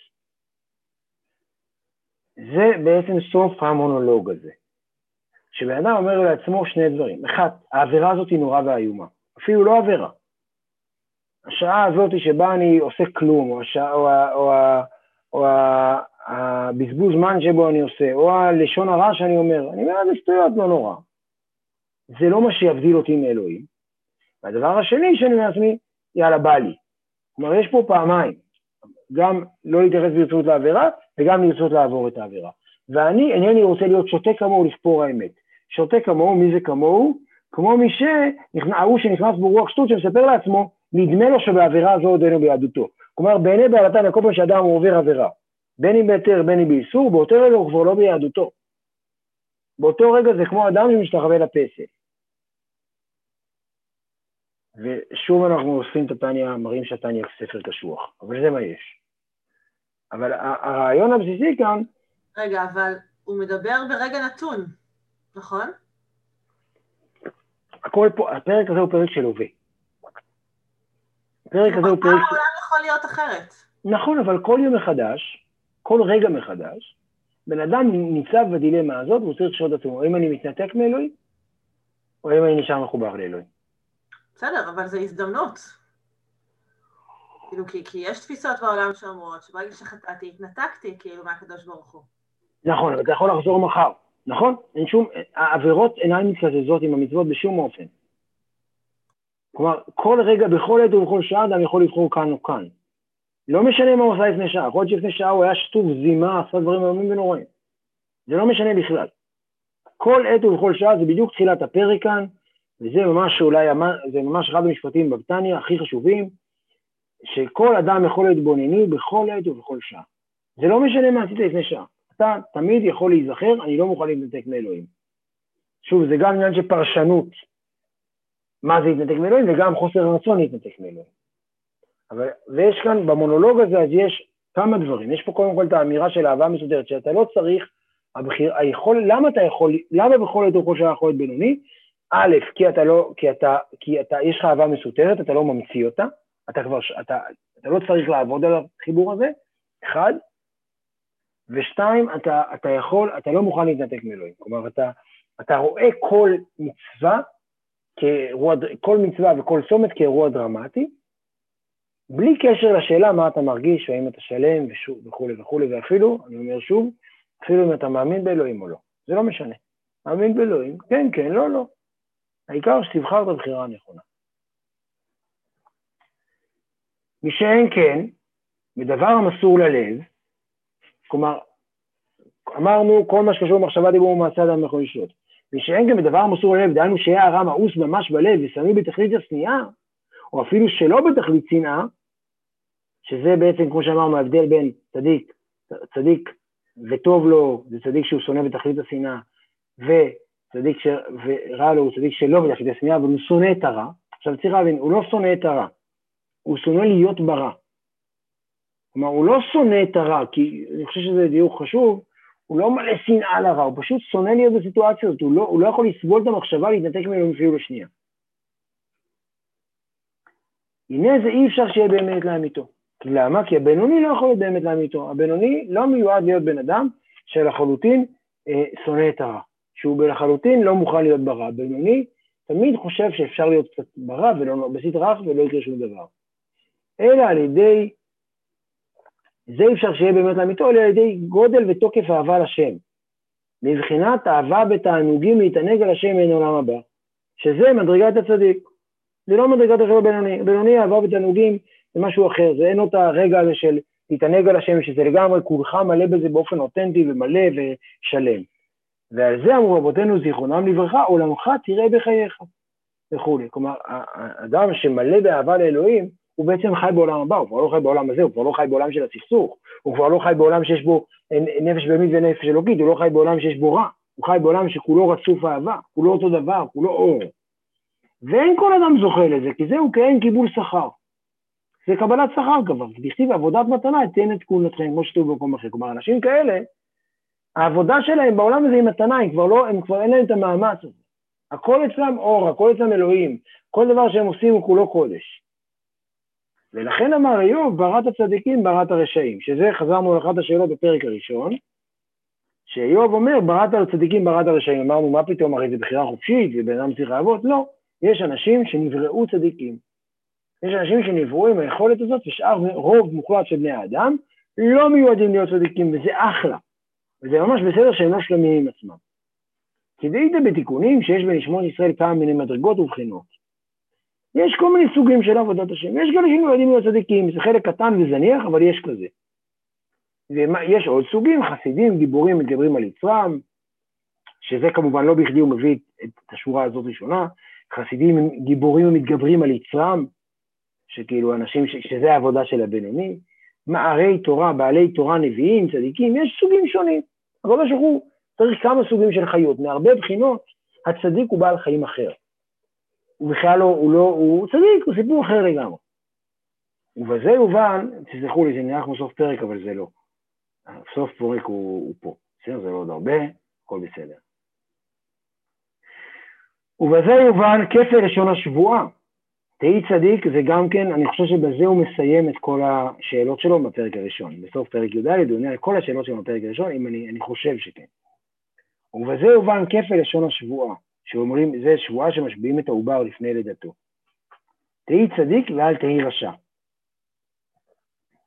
זה בעצם סוף המונולוג הזה. שבן אדם אומר לעצמו שני דברים. אחד, העבירה הזאת היא נורא ואיומה. אפילו לא עבירה. השעה הזאת שבה אני עושה כלום, או, השעה, או, או, או, או הבזבוז זמן שבו אני עושה, או הלשון הרע שאני אומר, אני אומר, זה שטויות, לא נורא. זה לא מה שיבדיל אותי מאלוהים. והדבר השני שאני אומר לעצמי, יאללה, בא לי. כלומר, יש פה פעמיים. גם לא להתייחס ברצינות לעבירה, וגם לרצות לעבור את העבירה. ואני אינני רוצה להיות שותה כמוהו לכפור האמת. שותה כמוהו, מי זה כמוהו? כמו מי שההוא שנכנס ברוח שטות שמספר לעצמו, נדמה לו שבעבירה הזו עודנו ביהדותו. כלומר, בעיני בעלתן, כל פעם שאדם הוא עובר עבירה, בין אם בהיתר, בין אם באיסור, באותו רגע הוא כבר לא ביהדותו. באותו רגע זה כמו אדם שמשתחווה לפסל. ושוב אנחנו אוספים את התניה, מראים שהתניה ספר קשוח, אבל זה מה יש. אבל הרעיון הבסיסי כאן... רגע, אבל הוא מדבר ברגע נתון, נכון? הכל פה, הפרק הזה הוא פרק של הווה. הפרק הזה הוא פרק... העולם יכול להיות אחרת. נכון, אבל כל יום מחדש, כל רגע מחדש, בן אדם ניצב בדילמה הזאת, והוא צריך לשאול את עצמו, האם אני מתנתק מאלוהים, או האם אני נשאר מחובר לאלוהים. בסדר, אבל זה הזדמנות. כאילו, כי, כי יש תפיסות בעולם שאומרות, שברגע שחטאתי, התנתקתי, כאילו, מהקדוש ברוך הוא. נכון, אבל אתה יכול לחזור מחר, נכון? אין שום, העבירות אינן מתקזזות עם המצוות בשום אופן. כלומר, כל רגע, בכל עת ובכל שעה, אדם יכול לבחור כאן או כאן. לא משנה מה הוא עושה לפני שעה, יכול להיות שלפני שעה הוא היה שטוף, זימה, עשה דברים איומים ונוראים. זה לא משנה בכלל. כל עת ובכל שעה זה בדיוק תחילת הפרק כאן, וזה ממש אולי, זה ממש אחד המשפטים בבטניה הכי חשובים, שכל אדם יכול להתבונני בכל עת ובכל שעה. זה לא משנה מה עשית לפני שעה. אתה תמיד יכול להיזכר, אני לא מוכן להתנתק מאלוהים. שוב, זה גם עניין של פרשנות, מה זה להתנתק מאלוהים, וגם חוסר רצון להתנתק מאלוהים. אבל, ויש כאן, במונולוג הזה, אז יש כמה דברים. יש פה קודם כל את האמירה של אהבה מסודרת, שאתה לא צריך, הבחיר, היכול, למה אתה יכול, למה בכל עת ובכל שעה יכול להיות בינוני? א', כי אתה לא, כי אתה, כי אתה, יש לך אהבה מסותרת, אתה לא ממציא אותה, אתה כבר, אתה, אתה לא צריך לעבוד על החיבור הזה, אחד, ושתיים, אתה, אתה יכול, אתה לא מוכן להתנתק מאלוהים. כלומר, אתה, אתה רואה כל מצווה, כאירוע, כל מצווה וכל צומת כאירוע דרמטי, בלי קשר לשאלה מה אתה מרגיש, האם אתה שלם וכו' וכו', ואפילו, אני אומר שוב, אפילו אם אתה מאמין באלוהים או לא. זה לא משנה. מאמין באלוהים, כן, כן, לא, לא. העיקר שתבחר את הבחירה הנכונה. מי שאין כן, בדבר המסור ללב, כלומר, אמרנו כל מה שקשור במחשבה, דיבור ומעשה אדם יכול לשלוט. מי שאין כן בדבר המסור ללב, דהיינו שיהיה הרע מאוס ממש בלב ושנוא בתכלית השנאה, או אפילו שלא בתכלית שנאה, שזה בעצם, כמו שאמרנו, ההבדל בין צדיק, צדיק וטוב לו, זה צדיק שהוא שונא בתכלית השנאה, וצדיק ש... ורע לו הוא צדיק שלא בתכלית השנאה, אבל הוא שונא את הרע. עכשיו צריך להבין, הוא לא שונא את הרע, הוא שונא להיות ברע. כלומר, הוא לא שונא את הרע, כי אני חושב שזה דיוק חשוב, הוא לא מלא שנאה לרע, הוא פשוט שונא להיות בסיטואציה הזאת, הוא לא, הוא לא יכול לסבול את המחשבה להתנתק ממנו אפילו לשנייה. הנה זה אי אפשר שיהיה באמת לאמיתו. למה? כי הבינוני לא יכול להיות באמת לאמיתו. הבינוני לא מיועד להיות בן אדם שלחלוטין אה, שונא את הרע. שהוא לחלוטין לא מוכן להיות ברע. הבינוני תמיד חושב שאפשר להיות קצת ברע ולא בסית רך ולא יקרה שום דבר. אלא על ידי, זה אי אפשר שיהיה באמת לאמיתו, אלא על ידי גודל ותוקף אהבה לשם. מבחינת אהבה בתענוגים להתענג על השם אין עולם הבא. שזה מדרגת הצדיק. זה לא מדרגת אחר בינוני. בינוני אהבה בתענוגים זה משהו אחר, זה אין אותה הרגע הזה של להתענג על השם, שזה לגמרי כולך מלא בזה באופן אותנטי ומלא ושלם. ועל זה אמרו רבותינו זיכרונם לברכה, עולמך תראה בחייך, וכו'. כלומר, האדם שמלא באהבה לאלוהים, הוא בעצם חי בעולם הבא, הוא כבר לא חי בעולם הזה, הוא כבר לא חי בעולם של הסכסוך, הוא כבר לא חי בעולם שיש בו נפש בהמית ונפש אלוקית, הוא לא חי בעולם שיש בו רע, הוא חי בעולם שכולו רצוף אהבה, כולו אותו דבר, כולו אור. ואין כל אדם זוכה לזה, כי זהו כאין קיבול שכר. זה קבלת שכר כבר, דכתיב עבודת מתנה, תן את כהונתכם, כמו שכתוב במקום אחר. כלומר, אנשים כאלה, העבודה שלהם בעולם הזה היא מתנה, הם כבר לא, הם כבר אין להם את המאמץ הזה. הכל אצלם אור, הכל אצלם אלוהים, כל דבר שהם עושים הוא כולו קודש. ולכן אמר איוב, בראת הצדיקים, בראת הרשעים, שזה חזרנו לאחת השאלות בפרק הראשון, שאיוב אומר, בראת הצדיקים, בראת הרשעים. אמרנו, מה פתאום, הרי זה בחירה חופשית, ובן אדם צריך לעבוד? לא, יש אנשים שנבראו צדיקים. יש אנשים שנבראו עם היכולת הזאת, ושאר רוב מוחלט של בני האדם, לא מיועדים להיות צדיקים, וזה אחלה. וזה ממש בסדר שהם לא שלמים עם עצמם. כדאית בתיקונים שיש בנשמות ישראל כמה מיני מדרגות ובחינות. יש כל מיני סוגים של עבודת השם. יש גם אנשים מיועדים להיות צדיקים, זה חלק קטן וזניח, אבל יש כזה. ויש עוד סוגים, חסידים, גיבורים, מתגברים על יצרם, שזה כמובן לא בכדי הוא מביא את השורה הזאת ראשונה, חסידים הם גיבורים ומתגברים על יצרם, שכאילו אנשים, ש... שזה העבודה של הבינוני, מערי תורה, בעלי תורה, נביאים, צדיקים, יש סוגים שונים. אבל שהוא צריך כמה סוגים של חיות, מהרבה בחינות, הצדיק הוא בעל חיים אחר. הוא בכלל לא, הוא לא, הוא צדיק, הוא סיפור אחר לגמרי. ובזה יובן, תסלחו לי, זה נראה כמו סוף פרק, אבל זה לא. סוף פרק הוא, הוא פה. בסדר, זה לא עוד הרבה, הכל בסדר. ובזה יובן כפל לשון השבועה. תהי צדיק, זה גם כן, אני חושב שבזה הוא מסיים את כל השאלות שלו בפרק הראשון. בסוף פרק י"ד, הוא עונה על כל השאלות שלו בפרק הראשון, אם אני, אני חושב שכן. ובזה יובן כפל לשון השבועה, שאומרים, זה שבועה שמשביעים את העובר לפני לידתו. תהי צדיק ואל תהי רשע.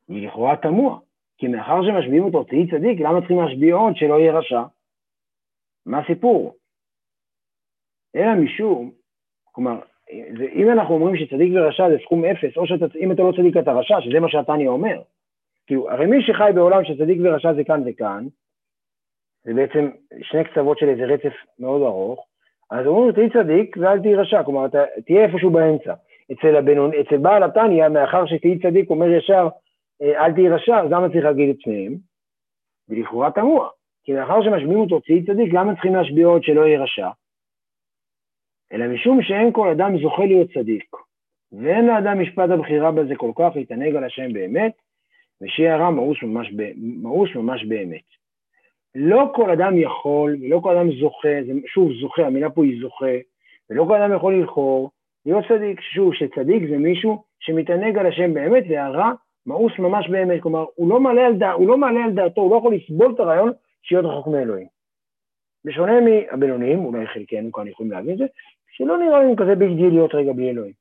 ולכאורה תמוה, כי מאחר שמשביעים אותו תהי צדיק, למה צריכים להשביע עוד שלא יהיה רשע? מה הסיפור? אלא משום, כלומר, זה, אם אנחנו אומרים שצדיק ורשע זה סכום אפס, או שאם אתה לא צדיק אתה רשע, שזה מה שהתניא אומר. כאילו, הרי מי שחי בעולם שצדיק ורשע זה כאן וכאן, זה בעצם שני קצוות של איזה רצף מאוד ארוך, אז אומרים, תהי צדיק ואל תהי רשע, כלומר, אתה תהיה איפשהו באמצע. אצל, הבנון, אצל בעל התניא, מאחר שתהי צדיק אומר ישר, אל תהי רשע, אז למה צריך להגיד את שניהם? ולכאורה תמוה, כי מאחר שמשביעים אותו תהי צדיק, למה צריכים להשביע עוד שלא יהיה רשע? אלא משום שאין כל אדם זוכה להיות צדיק, ואין לאדם משפט הבחירה בזה כל כך להתענג על השם באמת, ושיהיה הרע מאוס ממש, מאוס ממש באמת. לא כל אדם יכול, ולא כל אדם זוכה, זה, שוב זוכה, המילה פה היא זוכה, ולא כל אדם יכול לבחור, להיות צדיק, שוב שצדיק זה מישהו שמתענג על השם באמת, והרע מאוס ממש באמת, כלומר הוא לא מעלה על, דע, הוא לא מעלה על דעתו, הוא לא יכול לסבול את הרעיון שיהיה רחוק מאלוהים. בשונה מהבינוניים, אולי חלקנו כאן יכולים להבין את זה, שלא נראה לנו כזה ביג דיל להיות רגע בלי אלוהים.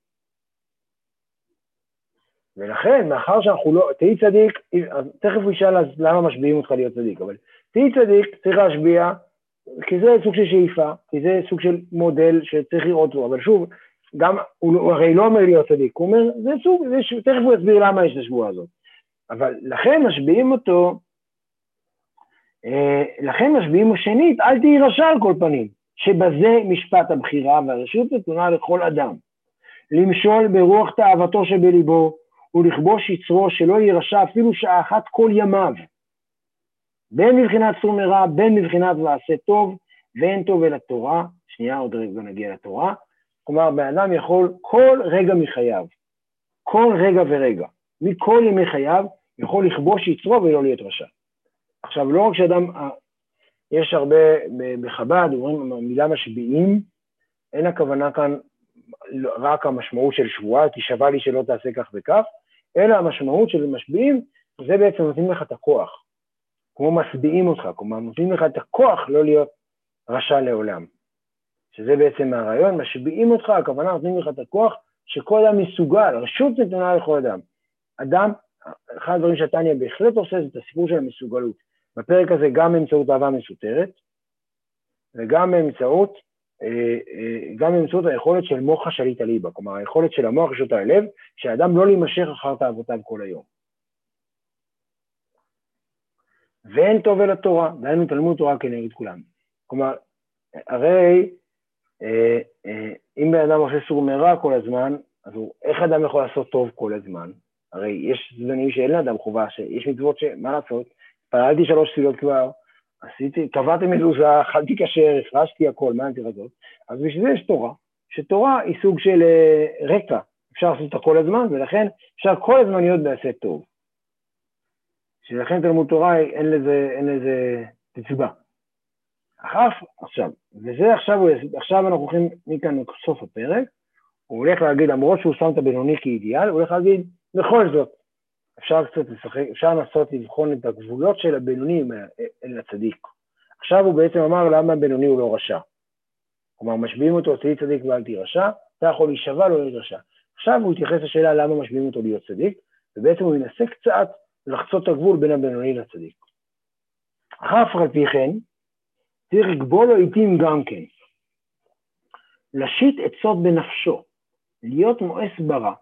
ולכן, מאחר שאנחנו לא, תהי צדיק, תכף הוא ישאל אז למה משביעים אותך להיות צדיק, אבל תהי צדיק, צריך להשביע, כי זה סוג של שאיפה, כי זה סוג של מודל שצריך לראות לו, אבל שוב, גם, הוא, הוא הרי לא אומר להיות צדיק, הוא אומר, זה סוג, זה, תכף הוא יסביר למה יש את השבועה הזאת. אבל לכן משביעים אותו, אה, לכן משביעים שנית, אל תהי רשע על כל פנים, שבזה משפט הבחירה והרשות נתונה לכל אדם. למשול ברוח תאוותו שבליבו, ולכבוש יצרו שלא יירשע אפילו שעה אחת כל ימיו. בין מבחינת סור מרע, בין מבחינת ועשה טוב, ואין טוב אל התורה, שנייה עוד רגע נגיע לתורה, כלומר באדם יכול כל רגע מחייו, כל רגע ורגע, מכל ימי חייו, יכול לכבוש יצרו ולא להיות רשע. עכשיו לא רק שאדם, יש הרבה בחב"ד, אומרים המילה משביעים, אין הכוונה כאן רק המשמעות של שבועה, כי שווה לי שלא תעשה כך וכך, אלא המשמעות של משביעים, זה בעצם נותנים לך את הכוח, כמו משביעים אותך, כלומר נותנים לך את הכוח לא להיות רשע לעולם, שזה בעצם הרעיון, משביעים אותך, הכוונה נותנים לך את הכוח, שכל אדם מסוגל, רשות נתונה לכל אדם. אדם, אחד הדברים שהתניא בהחלט עושה, זה את הסיפור של המסוגלות, בפרק הזה גם באמצעות אהבה מסותרת, וגם באמצעות, גם באמצעות היכולת של מוח השליט הליבה, כלומר היכולת של המוח רשות הלב, שהאדם לא להימשך אחר תאוותיו כל היום. ואין טוב אל התורה, דהיינו תלמוד תורה כנגד כולם. כלומר, הרי אם בן אדם עושה סור מרע כל הזמן, אז הוא, איך אדם יכול לעשות טוב כל הזמן? הרי יש זמנים שאין לאדם חובה, שיש מצוות שמה לעשות, פעלתי שלוש תפילות כבר, עשיתי, קבעתי מזוזה, אכלתי כשר, הפרשתי הכל, מה אני צריך לעשות? אז בשביל זה יש תורה, שתורה היא סוג של רקע, אפשר לעשות אותה כל הזמן, ולכן אפשר כל הזמן להיות בעשה טוב. שלכן תלמוד תורה אין לזה, אין לזה תצבע. אחר, עכשיו, וזה עכשיו, עכשיו אנחנו הולכים מכאן לסוף הפרק, הוא הולך להגיד, למרות שהוא שם את הבינוני כאידיאל, הוא הולך להגיד, בכל זאת, אפשר קצת לשחק, אפשר לנסות לבחון את הגבולות של הבינוני אל הצדיק. עכשיו הוא בעצם אמר למה הבינוני הוא לא רשע. כלומר, משביעים אותו, תהי צדיק ואל תהי רשע, אתה יכול להישבע לא להיות רשע. עכשיו הוא יתייחס לשאלה למה משביעים אותו להיות צדיק, ובעצם הוא ינסה קצת לחצות את הגבול בין הבינוני לצדיק. אף על פי כן, צריך לקבול לו עיתים גם כן. לשית עצות בנפשו, להיות מואס ברע.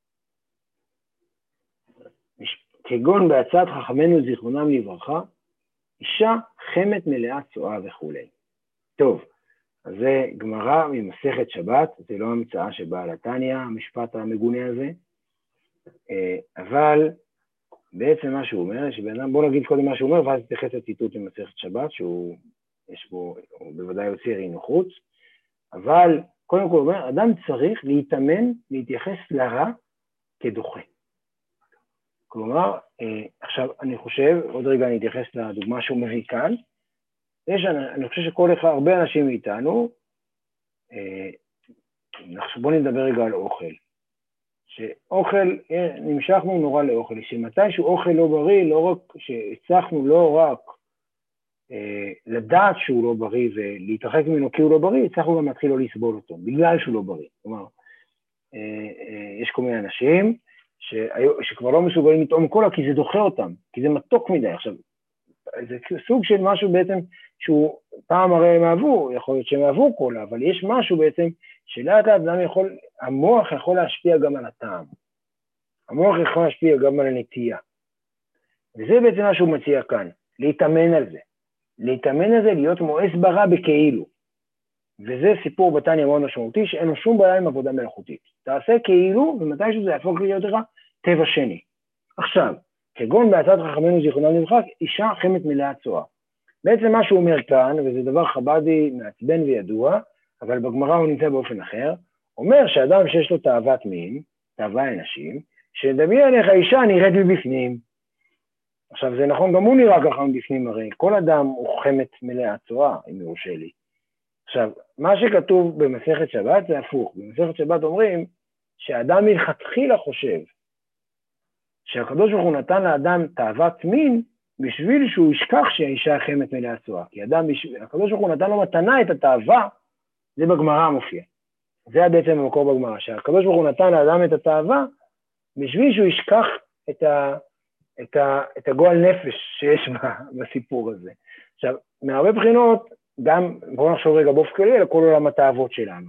כגון בהצעת חכמינו זיכרונם לברכה, אישה חמת מלאה צועה וכו'. טוב, אז זה גמרא ממסכת שבת, זה לא המצאה שבאה לתניא, המשפט המגונה הזה, אבל בעצם מה שהוא אומר, שבאדם, בוא נגיד קודם מה שהוא אומר, ואז תתייחס לציטוט ממסכת שבת, שהוא יש בו, הוא בוודאי יוצר אי נוחות, אבל קודם כל אומר, אדם צריך להתאמן, להתייחס לרע כדוחה. כלומר, עכשיו אני חושב, עוד רגע אני אתייחס לדוגמה שהוא מביא כאן, יש, אני חושב שכל אחד, הרבה אנשים מאיתנו, בואו נדבר רגע על אוכל. שאוכל, נמשכנו נורא לאוכל, שמתישהו אוכל לא בריא, לא רק שהצלחנו לא רק לדעת שהוא לא בריא ולהתרחק ממנו כי הוא לא בריא, הצלחנו גם להתחיל לא לסבול אותו, בגלל שהוא לא בריא. כלומר, יש כל מיני אנשים שכבר לא מסוגלים לטעום קולה, כי זה דוחה אותם, כי זה מתוק מדי. עכשיו, זה סוג של משהו בעצם, שהוא פעם הרי הם אהבו, יכול להיות שהם אהבו קולה, אבל יש משהו בעצם, שלאט לאט אדם יכול, המוח יכול להשפיע גם על הטעם. המוח יכול להשפיע גם על הנטייה. וזה בעצם מה שהוא מציע כאן, להתאמן על זה. להתאמן על זה, להיות מואס ברע בכאילו. וזה סיפור בתניא מאוד משמעותי, שאין לו שום בעיה עם עבודה מלאכותית. תעשה כאילו, ומתישהו זה יהפוך להיות לך טבע שני. עכשיו, כגון בהצעת חכמינו זיכרונם לברכה, אישה חמת מלאה צואה. בעצם מה שהוא אומר כאן, וזה דבר חב"די מעצבן וידוע, אבל בגמרא הוא נמצא באופן אחר, אומר שאדם שיש לו תאוות מין, תאווה אנשים, שדמיין איך האישה נראית מבפנים. עכשיו זה נכון, גם הוא נראה ככה מבפנים, הרי כל אדם הוא חמת מלאה צואה, אם יורשה לי. עכשיו, מה שכתוב במסכת שבת זה הפוך. במסכת שבת אומרים שאדם מלכתחילה חושב שהקדוש ברוך הוא נתן לאדם תאוות מין בשביל שהוא ישכח שהאישה חמת מלאה צואה. כי אדם, הקדוש ברוך הוא נתן לו מתנה את התאווה, זה בגמרא המופיע. זה בעצם המקור בגמרא, שהקדוש ברוך הוא נתן לאדם את התאווה בשביל שהוא ישכח את, ה, את, ה, את הגועל נפש שיש בסיפור הזה. עכשיו, מהרבה בחינות, גם, בואו נחשוב רגע באופן כללי על כל עולם התאוות שלנו.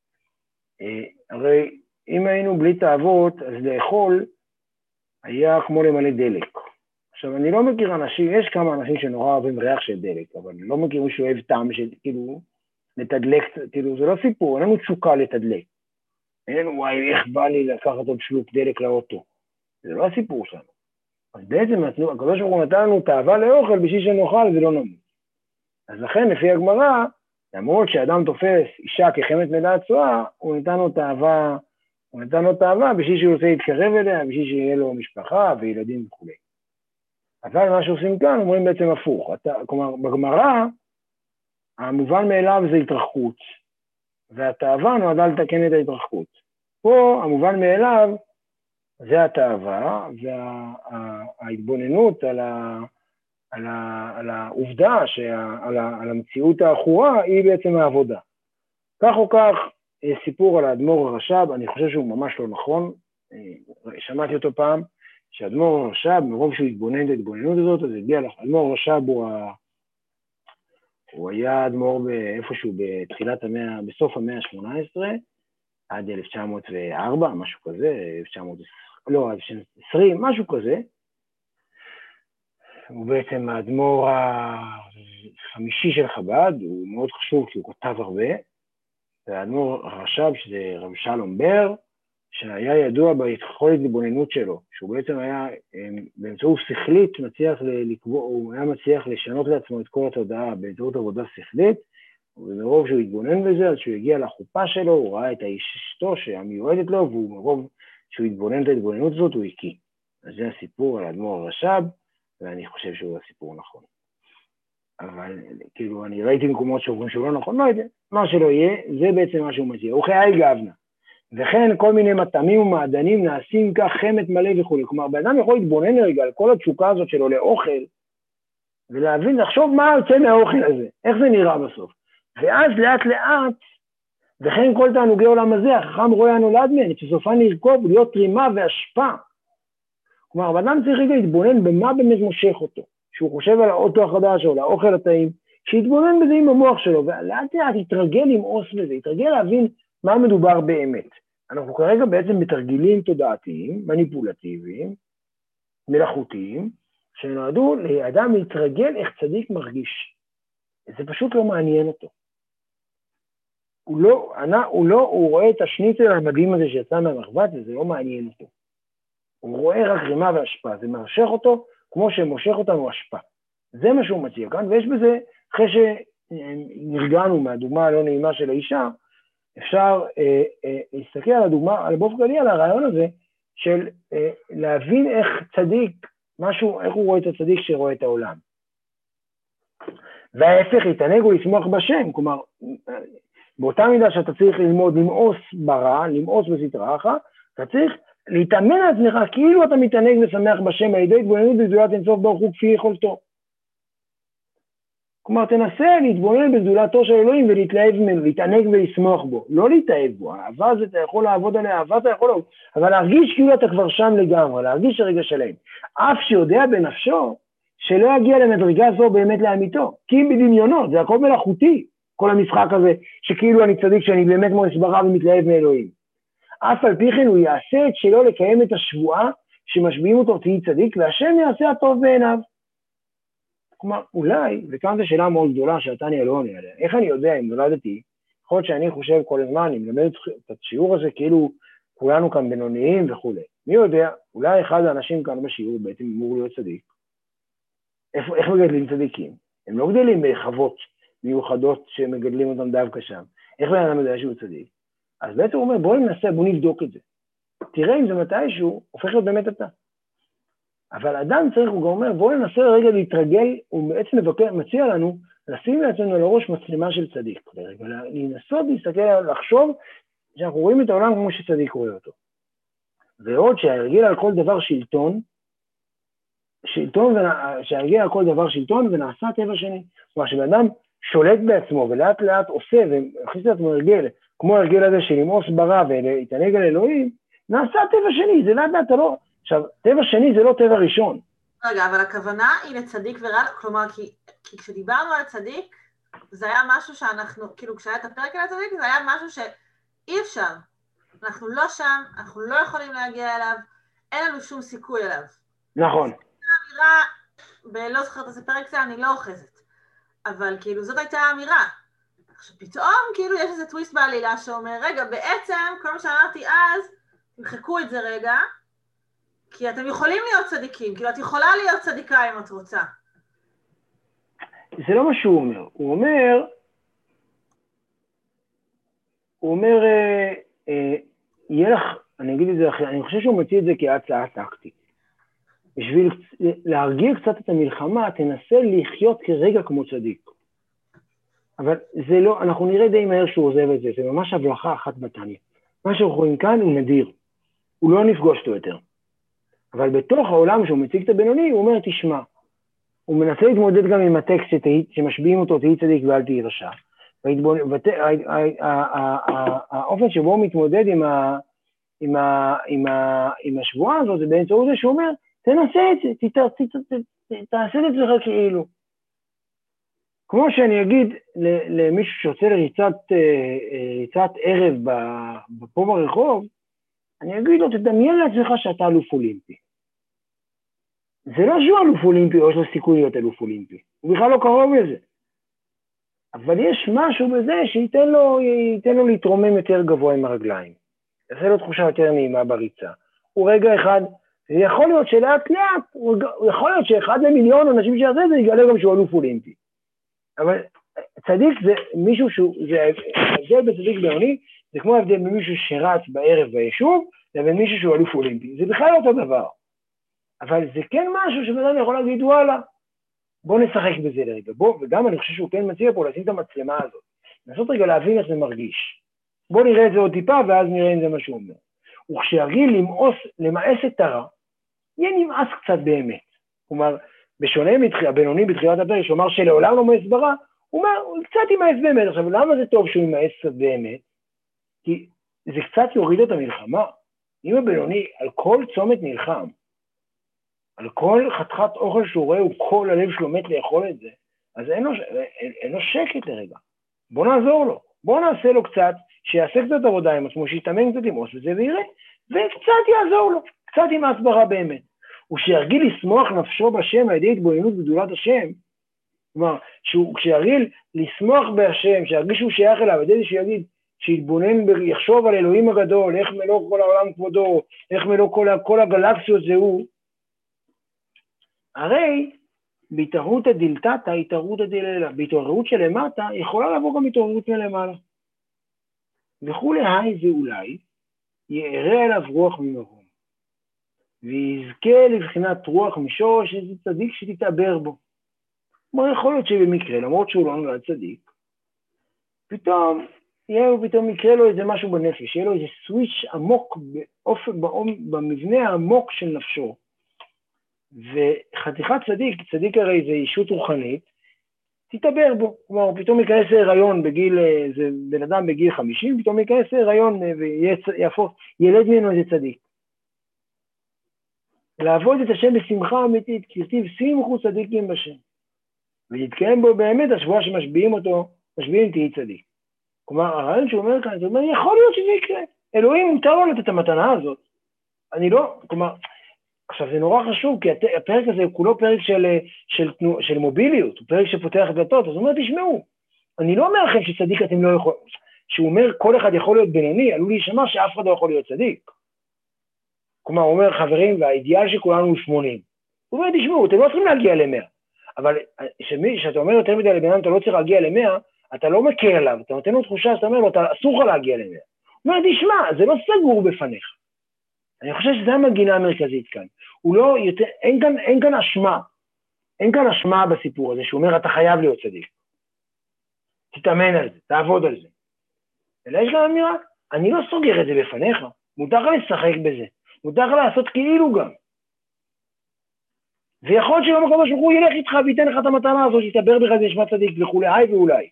הרי אם היינו בלי תאוות, אז לאכול היה כמו למלא דלק. עכשיו, אני לא מכיר אנשים, יש כמה אנשים שנורא אוהבים ריח של דלק, אבל אני לא מכיר מישהו אוהב טעם של, כאילו, לתדלק, כאילו, זה לא סיפור, אין לנו תשוקה לתדלק. אין לנו, וואי, איך בא לי לקחת עוד שלוק דלק לאוטו. זה לא הסיפור שלנו. אז בעצם, הקדוש ברוך הוא נתן לנו תאווה לאוכל בשביל שנאכל ולא נמות. אז לכן, לפי הגמרא, למרות שאדם תופס אישה כחמת מלאה צואה, הוא נתן לו תאווה, הוא נתן לו תאווה בשביל שהוא רוצה להתקרב אליה, בשביל שיהיה לו משפחה וילדים וכו'. אבל מה שעושים כאן, אומרים בעצם הפוך. אתה, כלומר, בגמרא, המובן מאליו זה התרחקות, והתאווה נועדה לתקן את ההתרחקות. פה, המובן מאליו, זה התאווה, וההתבוננות על ה... על, ה, על העובדה, שה, על, ה, על המציאות האחורה, היא בעצם העבודה. כך או כך, סיפור על האדמו"ר הרש"ב, אני חושב שהוא ממש לא נכון, שמעתי אותו פעם, שהאדמו"ר הרש"ב, מרוב שהוא התבונן את ההתבוננות הזאת, אז הגיע לך, האדמו"ר הרש"ב הוא, ה, הוא היה אדמו"ר איפשהו בתחילת המאה, בסוף המאה ה-שמונה עשרה, עד אלף תשע מאות וארבע, משהו כזה, אלף תשע מאות, לא, אלף תשע מאות ועשרים, משהו כזה, הוא בעצם האדמו"ר החמישי של חב"ד, הוא מאוד חשוב כי הוא כתב הרבה, והאדמו"ר הרש"ב, שזה רב שלום בר, שהיה ידוע ביכולת התבוננות שלו, שהוא בעצם היה, באמצעות שכלית, מצליח לקבוע, הוא היה מצליח לשנות לעצמו את כל התודעה באמצעות עבודה שכלית, ומרוב שהוא התבונן בזה, אז שהוא הגיע לחופה שלו, הוא ראה את האיש אשתו שהמיועדת לו, ומרוב שהוא התבונן את ההתבוננות הזאת, הוא הקיא. אז זה הסיפור על האדמו"ר הרש"ב, ואני חושב שהוא הסיפור נכון. אבל כאילו אני ראיתי מקומות שאומרים שהוא לא נכון, לא יודע, מה שלא יהיה, זה בעצם מה שהוא מציע, הוא חיי גבנה. וכן כל מיני מטעמים ומעדנים נעשים כך חמת מלא וכו'. כלומר, באדם יכול להתבונן רגע על כל התשוקה הזאת שלו לאוכל, ולהבין, לחשוב מה יוצא מהאוכל הזה, איך זה נראה בסוף. ואז לאט לאט, וכן כל תענוגי עולם הזה, החכם רואה הנולד מהן, שסופן לרכוב, להיות תרימה והשפעה. כלומר, באדם צריך רגע להתבונן במה באמת מושך אותו, שהוא חושב על האוטו החדש או על האוכל הטעים, שיתבונן בזה עם המוח שלו, ולאט לאט יתרגל למאוס בזה, יתרגל להבין מה מדובר באמת. אנחנו כרגע בעצם בתרגילים תודעתיים, מניפולטיביים, מלאכותיים, שנועדו לאדם להתרגל איך צדיק מרגיש. זה פשוט לא מעניין אותו. הוא לא, הוא לא, הוא רואה את השניצל המדהים הזה שיצא מהמחבת, וזה לא מעניין אותו. הוא רואה רק רימה והשפעה, זה מרשך אותו כמו שמושך אותנו השפעה. זה מה שהוא מציע כאן, ויש בזה, אחרי שנרגענו מהדוגמה הלא נעימה של האישה, אפשר אה, אה, להסתכל על הדוגמה, על באופן כללי, על הרעיון הזה, של אה, להבין איך צדיק, משהו, איך הוא רואה את הצדיק שרואה את העולם. וההפך, יתענג הוא לשמוח בשם, כלומר, באותה מידה שאתה צריך ללמוד למאוס ברע, למאוס בסטרא אחרא, אתה צריך להתאמן על עצמך כאילו אתה מתענג ושמח בשם, על ידי התבוננות בגדולת אינסוף ברוך הוא כפי יכולתו. כלומר, תנסה להתבונן בגדולתו של אלוהים ולהתלהב ממנו, להתענג ולשמוח בו. לא להתאהב בו, האהבה זה אתה יכול לעבוד עליה, אהבה אתה יכול לעבוד, אבל להרגיש כאילו אתה כבר שם לגמרי, להרגיש הרגע שלהם. אף שיודע בנפשו שלא יגיע למדרגה זו באמת לאמיתו, כי אם בדמיונות, זה הכל מלאכותי, כל המשחק הזה, שכאילו אני צדיק שאני באמת כמו הסברה ומתלהב מאלוהים. אף על פי כן הוא יעשה את שלו לקיים את השבועה שמשביעים אותו תהי צדיק, והשם יעשה הטוב בעיניו. כלומר, אולי, וכאן זו שאלה מאוד גדולה שאתה אני לא עונה עליה, איך אני יודע אם נולדתי, יכול להיות שאני חושב כל הזמן, אני מלמד את השיעור הזה כאילו כולנו כאן בינוניים וכו'. מי יודע, אולי אחד האנשים כאן בשיעור בעצם אמור להיות צדיק. איך, איך מגדלים צדיקים? הם לא גדלים בחוות מיוחדות שמגדלים אותם דווקא שם. איך בן אדם יודע שהוא צדיק? אז בעצם הוא אומר, בואו ננסה, בואו נבדוק את זה. תראה אם זה מתישהו הופך להיות באמת אתה. אבל אדם צריך, הוא גם אומר, בואו ננסה רגע להתרגל, הוא בעצם מבקר, מציע לנו, לשים לעצמנו לראש מצלמה של צדיק. לרגע, לנסות להסתכל, לחשוב, שאנחנו רואים את העולם כמו שצדיק רואה אותו. ועוד שהרגיל על כל דבר שלטון, שלטון, שהרגיל על כל דבר שלטון ונעשה טבע שני. כלומר, שבאדם שולט בעצמו ולאט לאט עושה ומכניס לעצמו הרגל, כמו הרגל הזה של למאוס ברע ולהתענג על אלוהים, נעשה טבע שני, זה לאט לאט, אתה לא... עכשיו, טבע שני זה לא טבע ראשון. רגע, אבל הכוונה היא לצדיק ורע, כלומר, כי, כי כשדיברנו על צדיק, זה היה משהו שאנחנו, כאילו כשהיה את הפרק על הצדיק, זה היה משהו שאי אפשר. אנחנו לא שם, אנחנו לא יכולים להגיע אליו, אין לנו שום סיכוי אליו. נכון. זאת האמירה, בלא זוכרת איזה פרק זה, אני לא אוחזת. אבל כאילו זאת הייתה האמירה. עכשיו פתאום כאילו יש איזה טוויסט בעלילה שאומר, רגע, בעצם כל מה שאמרתי אז, תמחקו את זה רגע, כי אתם יכולים להיות צדיקים, כאילו את יכולה להיות צדיקה אם את רוצה. זה לא מה שהוא אומר, הוא אומר, הוא אומר, אה, אה, יהיה לך, אני אגיד את זה אחרי, אני חושב שהוא מציע את זה כהצעה טקטית. בשביל להרגיל קצת את המלחמה, תנסה לחיות כרגע כמו צדיק. אבל זה לא, אנחנו נראה די מהר שהוא עוזב את זה, זה ממש הבלחה אחת בתניא. מה שאנחנו רואים כאן הוא נדיר, הוא לא נפגוש אותו יותר. אבל בתוך העולם שהוא מציג את הבינוני, הוא אומר, תשמע, הוא מנסה להתמודד גם עם הטקסט שמשביעים אותו, תהי צדיק ואל תהי רשע. האופן שבו הוא מתמודד עם השבועה הזאת, זה באמצעות זה שהוא אומר, תנסה את זה, תעשה את זה רק כאילו. כמו שאני אגיד למישהו שעושה לריצת ערב פה ברחוב, אני אגיד לו, תדמיין לעצמך שאתה אלוף אולימפי. זה לא שהוא אלוף אולימפי או יש לו סיכוי להיות אלוף אולימפי, הוא בכלל לא קרוב לזה. אבל יש משהו בזה שייתן לו, ייתן לו להתרומם יותר גבוה עם הרגליים. יעשה לו תחושה יותר נעימה בריצה. הוא רגע אחד, זה יכול להיות שלאט לאט, הוא יכול להיות שאחד למיליון אנשים שיעשה זה, יגלה גם שהוא אלוף אולימפי. אבל צדיק זה מישהו שהוא, זה ההבדל בצדיק בינוני, זה כמו ההבדל במישהו שרץ בערב ביישוב, לבין מישהו שהוא אלוף אולימפי. זה בכלל אותו דבר. אבל זה כן משהו שבאדם יכול להגיד, וואלה, בוא נשחק בזה לרגע. בוא, וגם אני חושב שהוא כן מציע פה לשים את המצלמה הזאת. לנסות רגע להבין איך זה מרגיש. בוא נראה את זה עוד טיפה, ואז נראה אם זה מה שהוא אומר. וכשירגיל למאוס, למאס את הרע, יהיה נמאס קצת באמת. כלומר, בשונה מהבינוני בתחילת הפרק, שאומר שלעולם לא מאס ברע, הוא אומר, הוא קצת ימאס באמת. עכשיו, למה זה טוב שהוא ימאס קצת באמת? כי זה קצת יוריד את המלחמה. אם הבינוני על כל צומת נלחם, על כל חתיכת אוכל שהוא רואה, הוא כל הלב שלו מת לאכול את זה, אז אין לו, אין, אין לו שקט לרגע. בוא נעזור לו, בוא נעשה לו קצת, שיעשה קצת עבודה עם עצמו, שיתאמן קצת עם עוס וזה ויראה, וקצת יעזור לו, קצת עם הסברה באמת. ושירגיל לשמוח נפשו בשם על ידי התבוננות בגדולת השם, כלומר, כשירגיל לשמוח בהשם, שירגיש שהוא שייך אליו, על ידי שיגיד, שיתבונן, יחשוב על אלוהים הגדול, איך מלוא כל העולם כבודו, איך מלוא כל, כל הגלקסיות זה הוא, הרי בהתעוררות הדלתתא, התעוררות הדללה, בהתעוררות שלמטה, יכולה לבוא גם התעוררות מלמעלה. וכולי היי ואולי, יערה עליו רוח ממרום, ויזכה לבחינת רוח משורש איזה צדיק שתתעבר בו. כלומר, יכול להיות שבמקרה, למרות שהוא לא נולד צדיק, פתאום, יהיה לו פתאום יקרה לו איזה משהו בנפש, יהיה לו איזה סוויץ' עמוק באופן, במבנה העמוק של נפשו. וחתיכת צדיק, צדיק הרי זה אישות רוחנית, תתעבר בו. כלומר, פתאום ייכנס להיריון בגיל, זה בן אדם בגיל חמישים, פתאום ייכנס להיריון ויהפוך, ילד ממנו איזה צדיק. לעבוד את השם בשמחה אמיתית, כתיב שמחו צדיקים בשם. ולהתקיים בו באמת השבועה שמשביעים אותו, משביעים תהי צדיק. כלומר, הרעיון שהוא אומר כאן, זה אומר, יכול להיות שזה יקרה. אלוהים מותר לו לתת את המתנה הזאת. אני לא, כלומר, עכשיו זה נורא חשוב, כי הפרק הזה הוא כולו פרק של, של, של, של מוביליות, הוא פרק שפותח דלתות, אז הוא אומר, תשמעו, אני לא אומר לכם שצדיק אתם לא יכולים, שהוא אומר, כל אחד יכול להיות בינוני, עלול להישמע שאף אחד לא יכול להיות צדיק. כלומר, הוא אומר, חברים, והאידיאל שכולנו הוא שמונים. הוא אומר, תשמעו, אתם לא צריכים להגיע ל-מאה, אבל שמי, שאתה אומר יותר מדי לבינם, אתה לא צריך להגיע ל-מאה, אתה לא מכיר עליו, אתה נותן לו תחושה, אתה אומר לו, אתה אסור לך להגיע ל-מאה. הוא אומר, תשמע, זה לא סגור בפניך. אני חושב שזו המגינה המרכזית כאן. הוא לא יותר, אין כאן, אין כאן אשמה, אין כאן אשמה בסיפור הזה, שהוא אומר, אתה חייב להיות צדיק. תתאמן על זה, תעבוד על זה. אלא יש לה אמירה, אני לא סוגר את זה בפניך, מותר לך לשחק בזה, מותר לך לעשות כאילו גם. ויכול להיות שבמקום השלוח הוא ילך איתך וייתן לך את המתנה הזאת, יתבר בך זה נשמע צדיק וכולי, היי ואולי.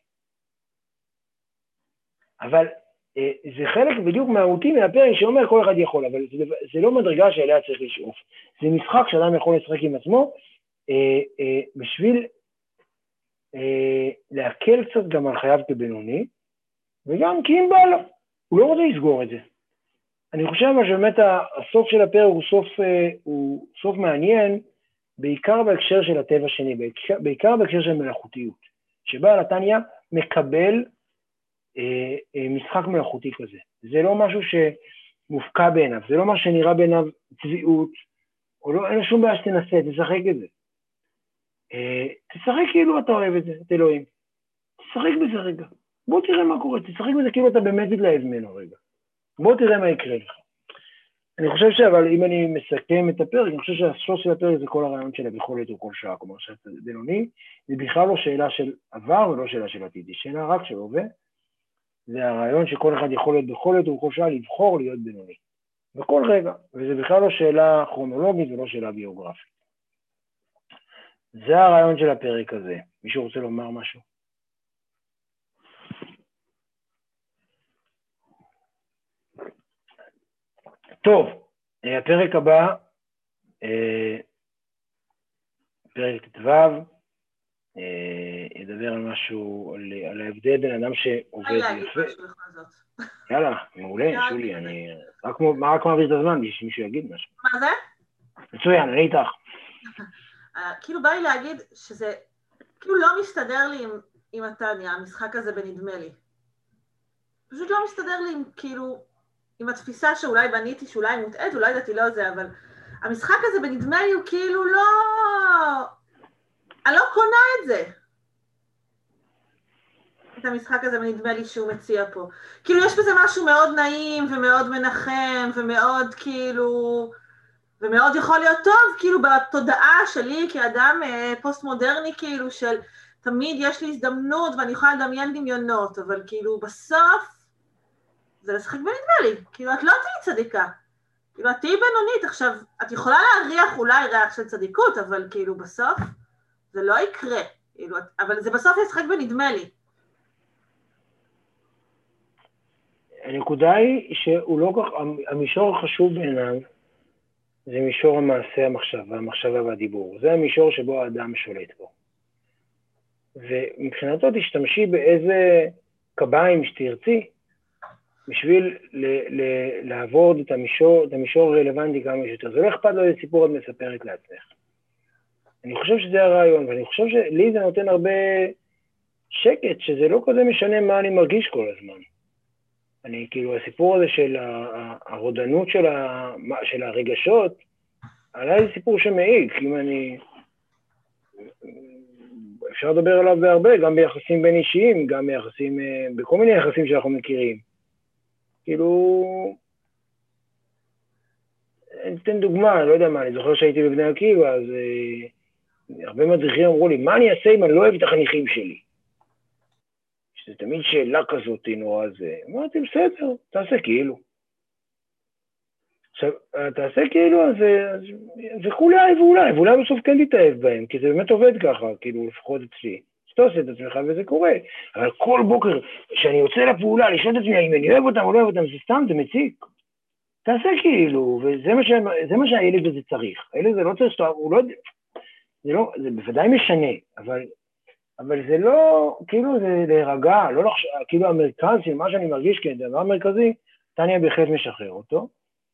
אבל אה, זה חלק בדיוק מהותי מהפרק שאומר כל אחד יכול, אבל זה, זה לא מדרגה שאליה צריך לשאוף. זה משחק שאדם יכול לשחק עם עצמו, אה, אה, בשביל אה, להקל קצת גם על חייו כבינוני, וגם כי אם בא לו, הוא לא רוצה לסגור את זה. אני חושב שבאמת הסוף של הפרק הוא סוף, אה, הוא סוף מעניין, בעיקר בהקשר של הטבע שני, בעיקר, בעיקר בהקשר של מלאכותיות, שבעל התניא מקבל אה, אה, משחק מלאכותי כזה. זה לא משהו שמופקע בעיניו, זה לא משהו שנראה בעיניו צביעות, או לא, אין לו שום בעיה שתנסה, תשחק את זה. אה, תשחק כאילו אתה אוהב את זה, את אלוהים. תשחק בזה רגע. בוא תראה מה קורה, תשחק בזה כאילו אתה באמת מתלהב ממנו רגע. בוא תראה מה יקרה לך. אני חושב שאבל אם אני מסכם את הפרק, אני חושב שהסוף של הפרק זה כל הרעיון של היכולת או כל שעה, כלומר שאתה בינוני, זה בכלל לא שאלה של עבר ולא שאלה של עתיד, היא שאלה רק של הווה, זה הרעיון שכל אחד יכול להיות בכל עת ובכל שעה לבחור להיות בינוני, בכל רגע, וזה בכלל לא שאלה כרונולוגית ולא שאלה ביוגרפית. זה הרעיון של הפרק הזה. מישהו רוצה לומר משהו? טוב, הפרק הבא, פרק תתו, ידבר על משהו, על, על ההבדל בין אדם שעובד יפה. יאללה, מעולה, שולי, אני רק, מה רק מעביר את הזמן בשביל שמישהו יגיד משהו. מה זה? מצוין, אני איתך. כאילו בא לי להגיד שזה, כאילו לא מסתדר לי עם, עם התניא, המשחק הזה בנדמה לי. פשוט לא מסתדר לי עם כאילו... עם התפיסה שאולי בניתי, שאולי מוטעת, אולי דעתי לא זה, אבל המשחק הזה בנדמה לי הוא כאילו לא... אני לא קונה את זה. את המשחק הזה בנדמה לי שהוא מציע פה. כאילו יש בזה משהו מאוד נעים ומאוד מנחם ומאוד כאילו... ומאוד יכול להיות טוב, כאילו בתודעה שלי כאדם פוסט מודרני כאילו של תמיד יש לי הזדמנות ואני יכולה לדמיין דמיונות, אבל כאילו בסוף זה לשחק בנדמה לי, כאילו את לא תהיי צדיקה, כאילו את תהיי בינונית, עכשיו את יכולה להריח אולי ריח של צדיקות, אבל כאילו בסוף זה לא יקרה, כאילו, אבל זה בסוף לשחק בנדמה לי. הנקודה היא שהוא לא כך, המישור החשוב בעיניו, זה מישור המעשה המחשבה, המחשבה והדיבור, זה המישור שבו האדם שולט בו. ומבחינתו תשתמשי באיזה קביים שתרצי, בשביל ל- ל- לעבוד את המישור, את המישור הרלוונטי כמה שיותר. זה לא אכפת לו איזה סיפור את מספרת לעצמך. אני חושב שזה הרעיון, ואני חושב שלי זה נותן הרבה שקט, שזה לא כזה משנה מה אני מרגיש כל הזמן. אני כאילו, הסיפור הזה של הרודנות של, ה- של הרגשות, עליי זה סיפור שמעיק, אם אני... אפשר לדבר עליו בהרבה, גם ביחסים בין אישיים, גם ביחסים, בכל מיני יחסים שאנחנו מכירים. כאילו, אני אתן דוגמה, אני לא יודע מה, אני זוכר שהייתי בבני עקיבא, אז אה, הרבה מדריכים אמרו לי, מה אני אעשה אם אני לא אוהב את החניכים שלי? שזה תמיד שאלה כזאת נורא זה. אמרתי, בסדר, תעשה כאילו. עכשיו, תעשה כאילו, אז, אז וכולי ואולי, ואולי בסוף כן תתאהב בהם, כי זה באמת עובד ככה, כאילו, לפחות אצלי. תתפוס את עצמך וזה קורה. אבל כל בוקר, כשאני יוצא לפעולה, לשאול את עצמי, אם אני אוהב אותם או לא אוהב אותם, זה סתם, זה מציק. תעשה כאילו, וזה מה, ש... זה מה שהילד הזה צריך. הילד הזה לא צריך, הוא לא, זה לא, זה בוודאי משנה, אבל, אבל זה לא, כאילו זה להירגע, לא לחשוב, כאילו המרכז של מה שאני מרגיש כדבר המרכזי, טניה בהחלט משחרר אותו,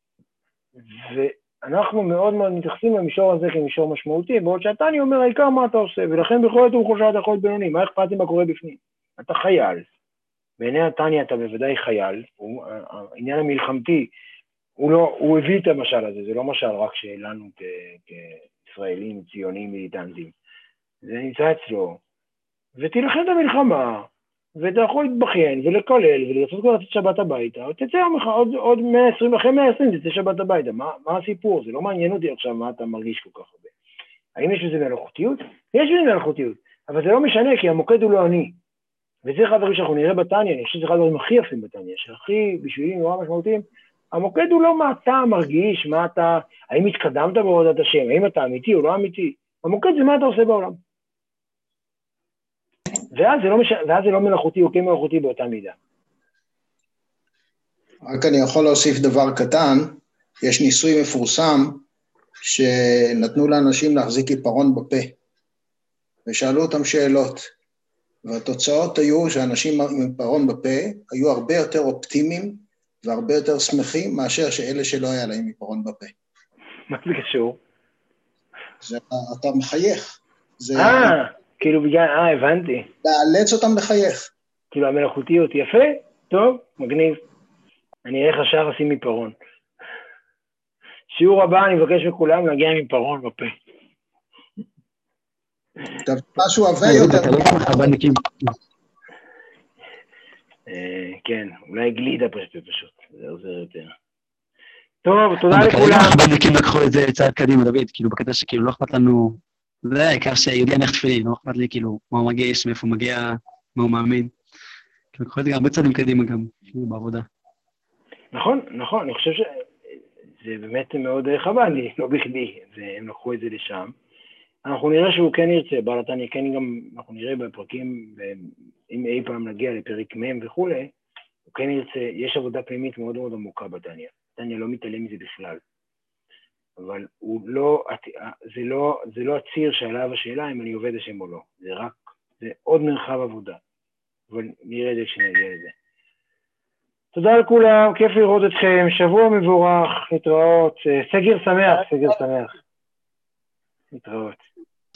ואנחנו מאוד מאוד מתייחסים למישור הזה כמישור משמעותי, בעוד שהטניה אומר, העיקר מה אתה עושה, ולכן בכל זאת הוא חושב שאתה יכול להיות בינוני, מה אכפת לי מה קורה בפנים? אתה חייל, בעיני הטניה אתה בוודאי חייל, הוא, העניין המלחמתי, הוא, לא, הוא הביא את המשל הזה, זה לא משל רק שלנו כישראלים, ציונים, מיליטנטים, זה נמצא אצלו, ותלכן את המלחמה, ואתה יכול להתבכיין ולקלל ולרצות כבר לצאת שבת הביתה, או תצא עוד, עוד מאה ועשרים, אחרי מאה ועשרים תצא שבת הביתה, מה, מה הסיפור? זה לא מעניין אותי עכשיו מה אתה מרגיש כל כך הרבה. האם יש בזה מלאכותיות? יש בזה מלאכותיות, אבל זה לא משנה כי המוקד הוא לא אני. וזה אחד הדברים שאנחנו נראה בטניה, אני חושב שזה אחד הדברים הכי יפים בטניה, שהכי בשבילי נורא משמעותיים, המוקד הוא לא מה אתה מרגיש, מה אתה, האם התקדמת בעבודת השם, האם אתה אמיתי או לא אמיתי, המוקד זה מה אתה עושה בעולם. ואז זה לא, מש... ואז זה לא מלאכותי או כן מלאכותי באותה מידה. רק אני יכול להוסיף דבר קטן, יש ניסוי מפורסם שנתנו לאנשים להחזיק עיפרון בפה, ושאלו אותם שאלות, והתוצאות היו שאנשים עם עיפרון בפה היו הרבה יותר אופטימיים, והרבה יותר שמחים מאשר שאלה שלא היה להם עיפרון בפה. מה זה קשור? זה, אתה מחייך. אה, כאילו בגלל, אה, הבנתי. לאלץ אותם לחייך. כאילו המלאכותיות, יפה, טוב, מגניב. אני אלך השאר עושים עיפרון. שיעור הבא אני מבקש מכולם להגיע עם עיפרון בפה. טוב, משהו עבה יותר. כן, אולי גלידה פשוט, זה עוזר יותר. טוב, תודה לכולם. הבנקים לקחו את זה צעד קדימה, דוד, כאילו בקטע שכאילו לא אכפת לנו, זה העיקר שיודע איך תפילי, לא אכפת לי כאילו מה הוא מגיש, מאיפה הוא מגיע, מה הוא מאמין. כאילו לקחו את זה הרבה צעדים קדימה גם, כאילו בעבודה. נכון, נכון, אני חושב שזה באמת מאוד חבל לי, לא בכדי, והם לקחו את זה לשם. אנחנו נראה שהוא כן ירצה, בעל התניא כן גם, אנחנו נראה בפרקים, אם אי פעם נגיע לפרק מ' וכו', הוא כן ירצה, יש עבודה פנימית מאוד מאוד עמוקה בתניא. התניא לא מתעלם מזה בכלל. אבל הוא לא, זה לא, זה לא הציר שעליו השאלה אם אני עובד השם או לא. זה רק, זה עוד מרחב עבודה. אבל נראה את זה כשנגיע לזה. תודה לכולם, כיף לראות אתכם, שבוע מבורך, להתראות, סגר שמח, סגר שמח. להתראות.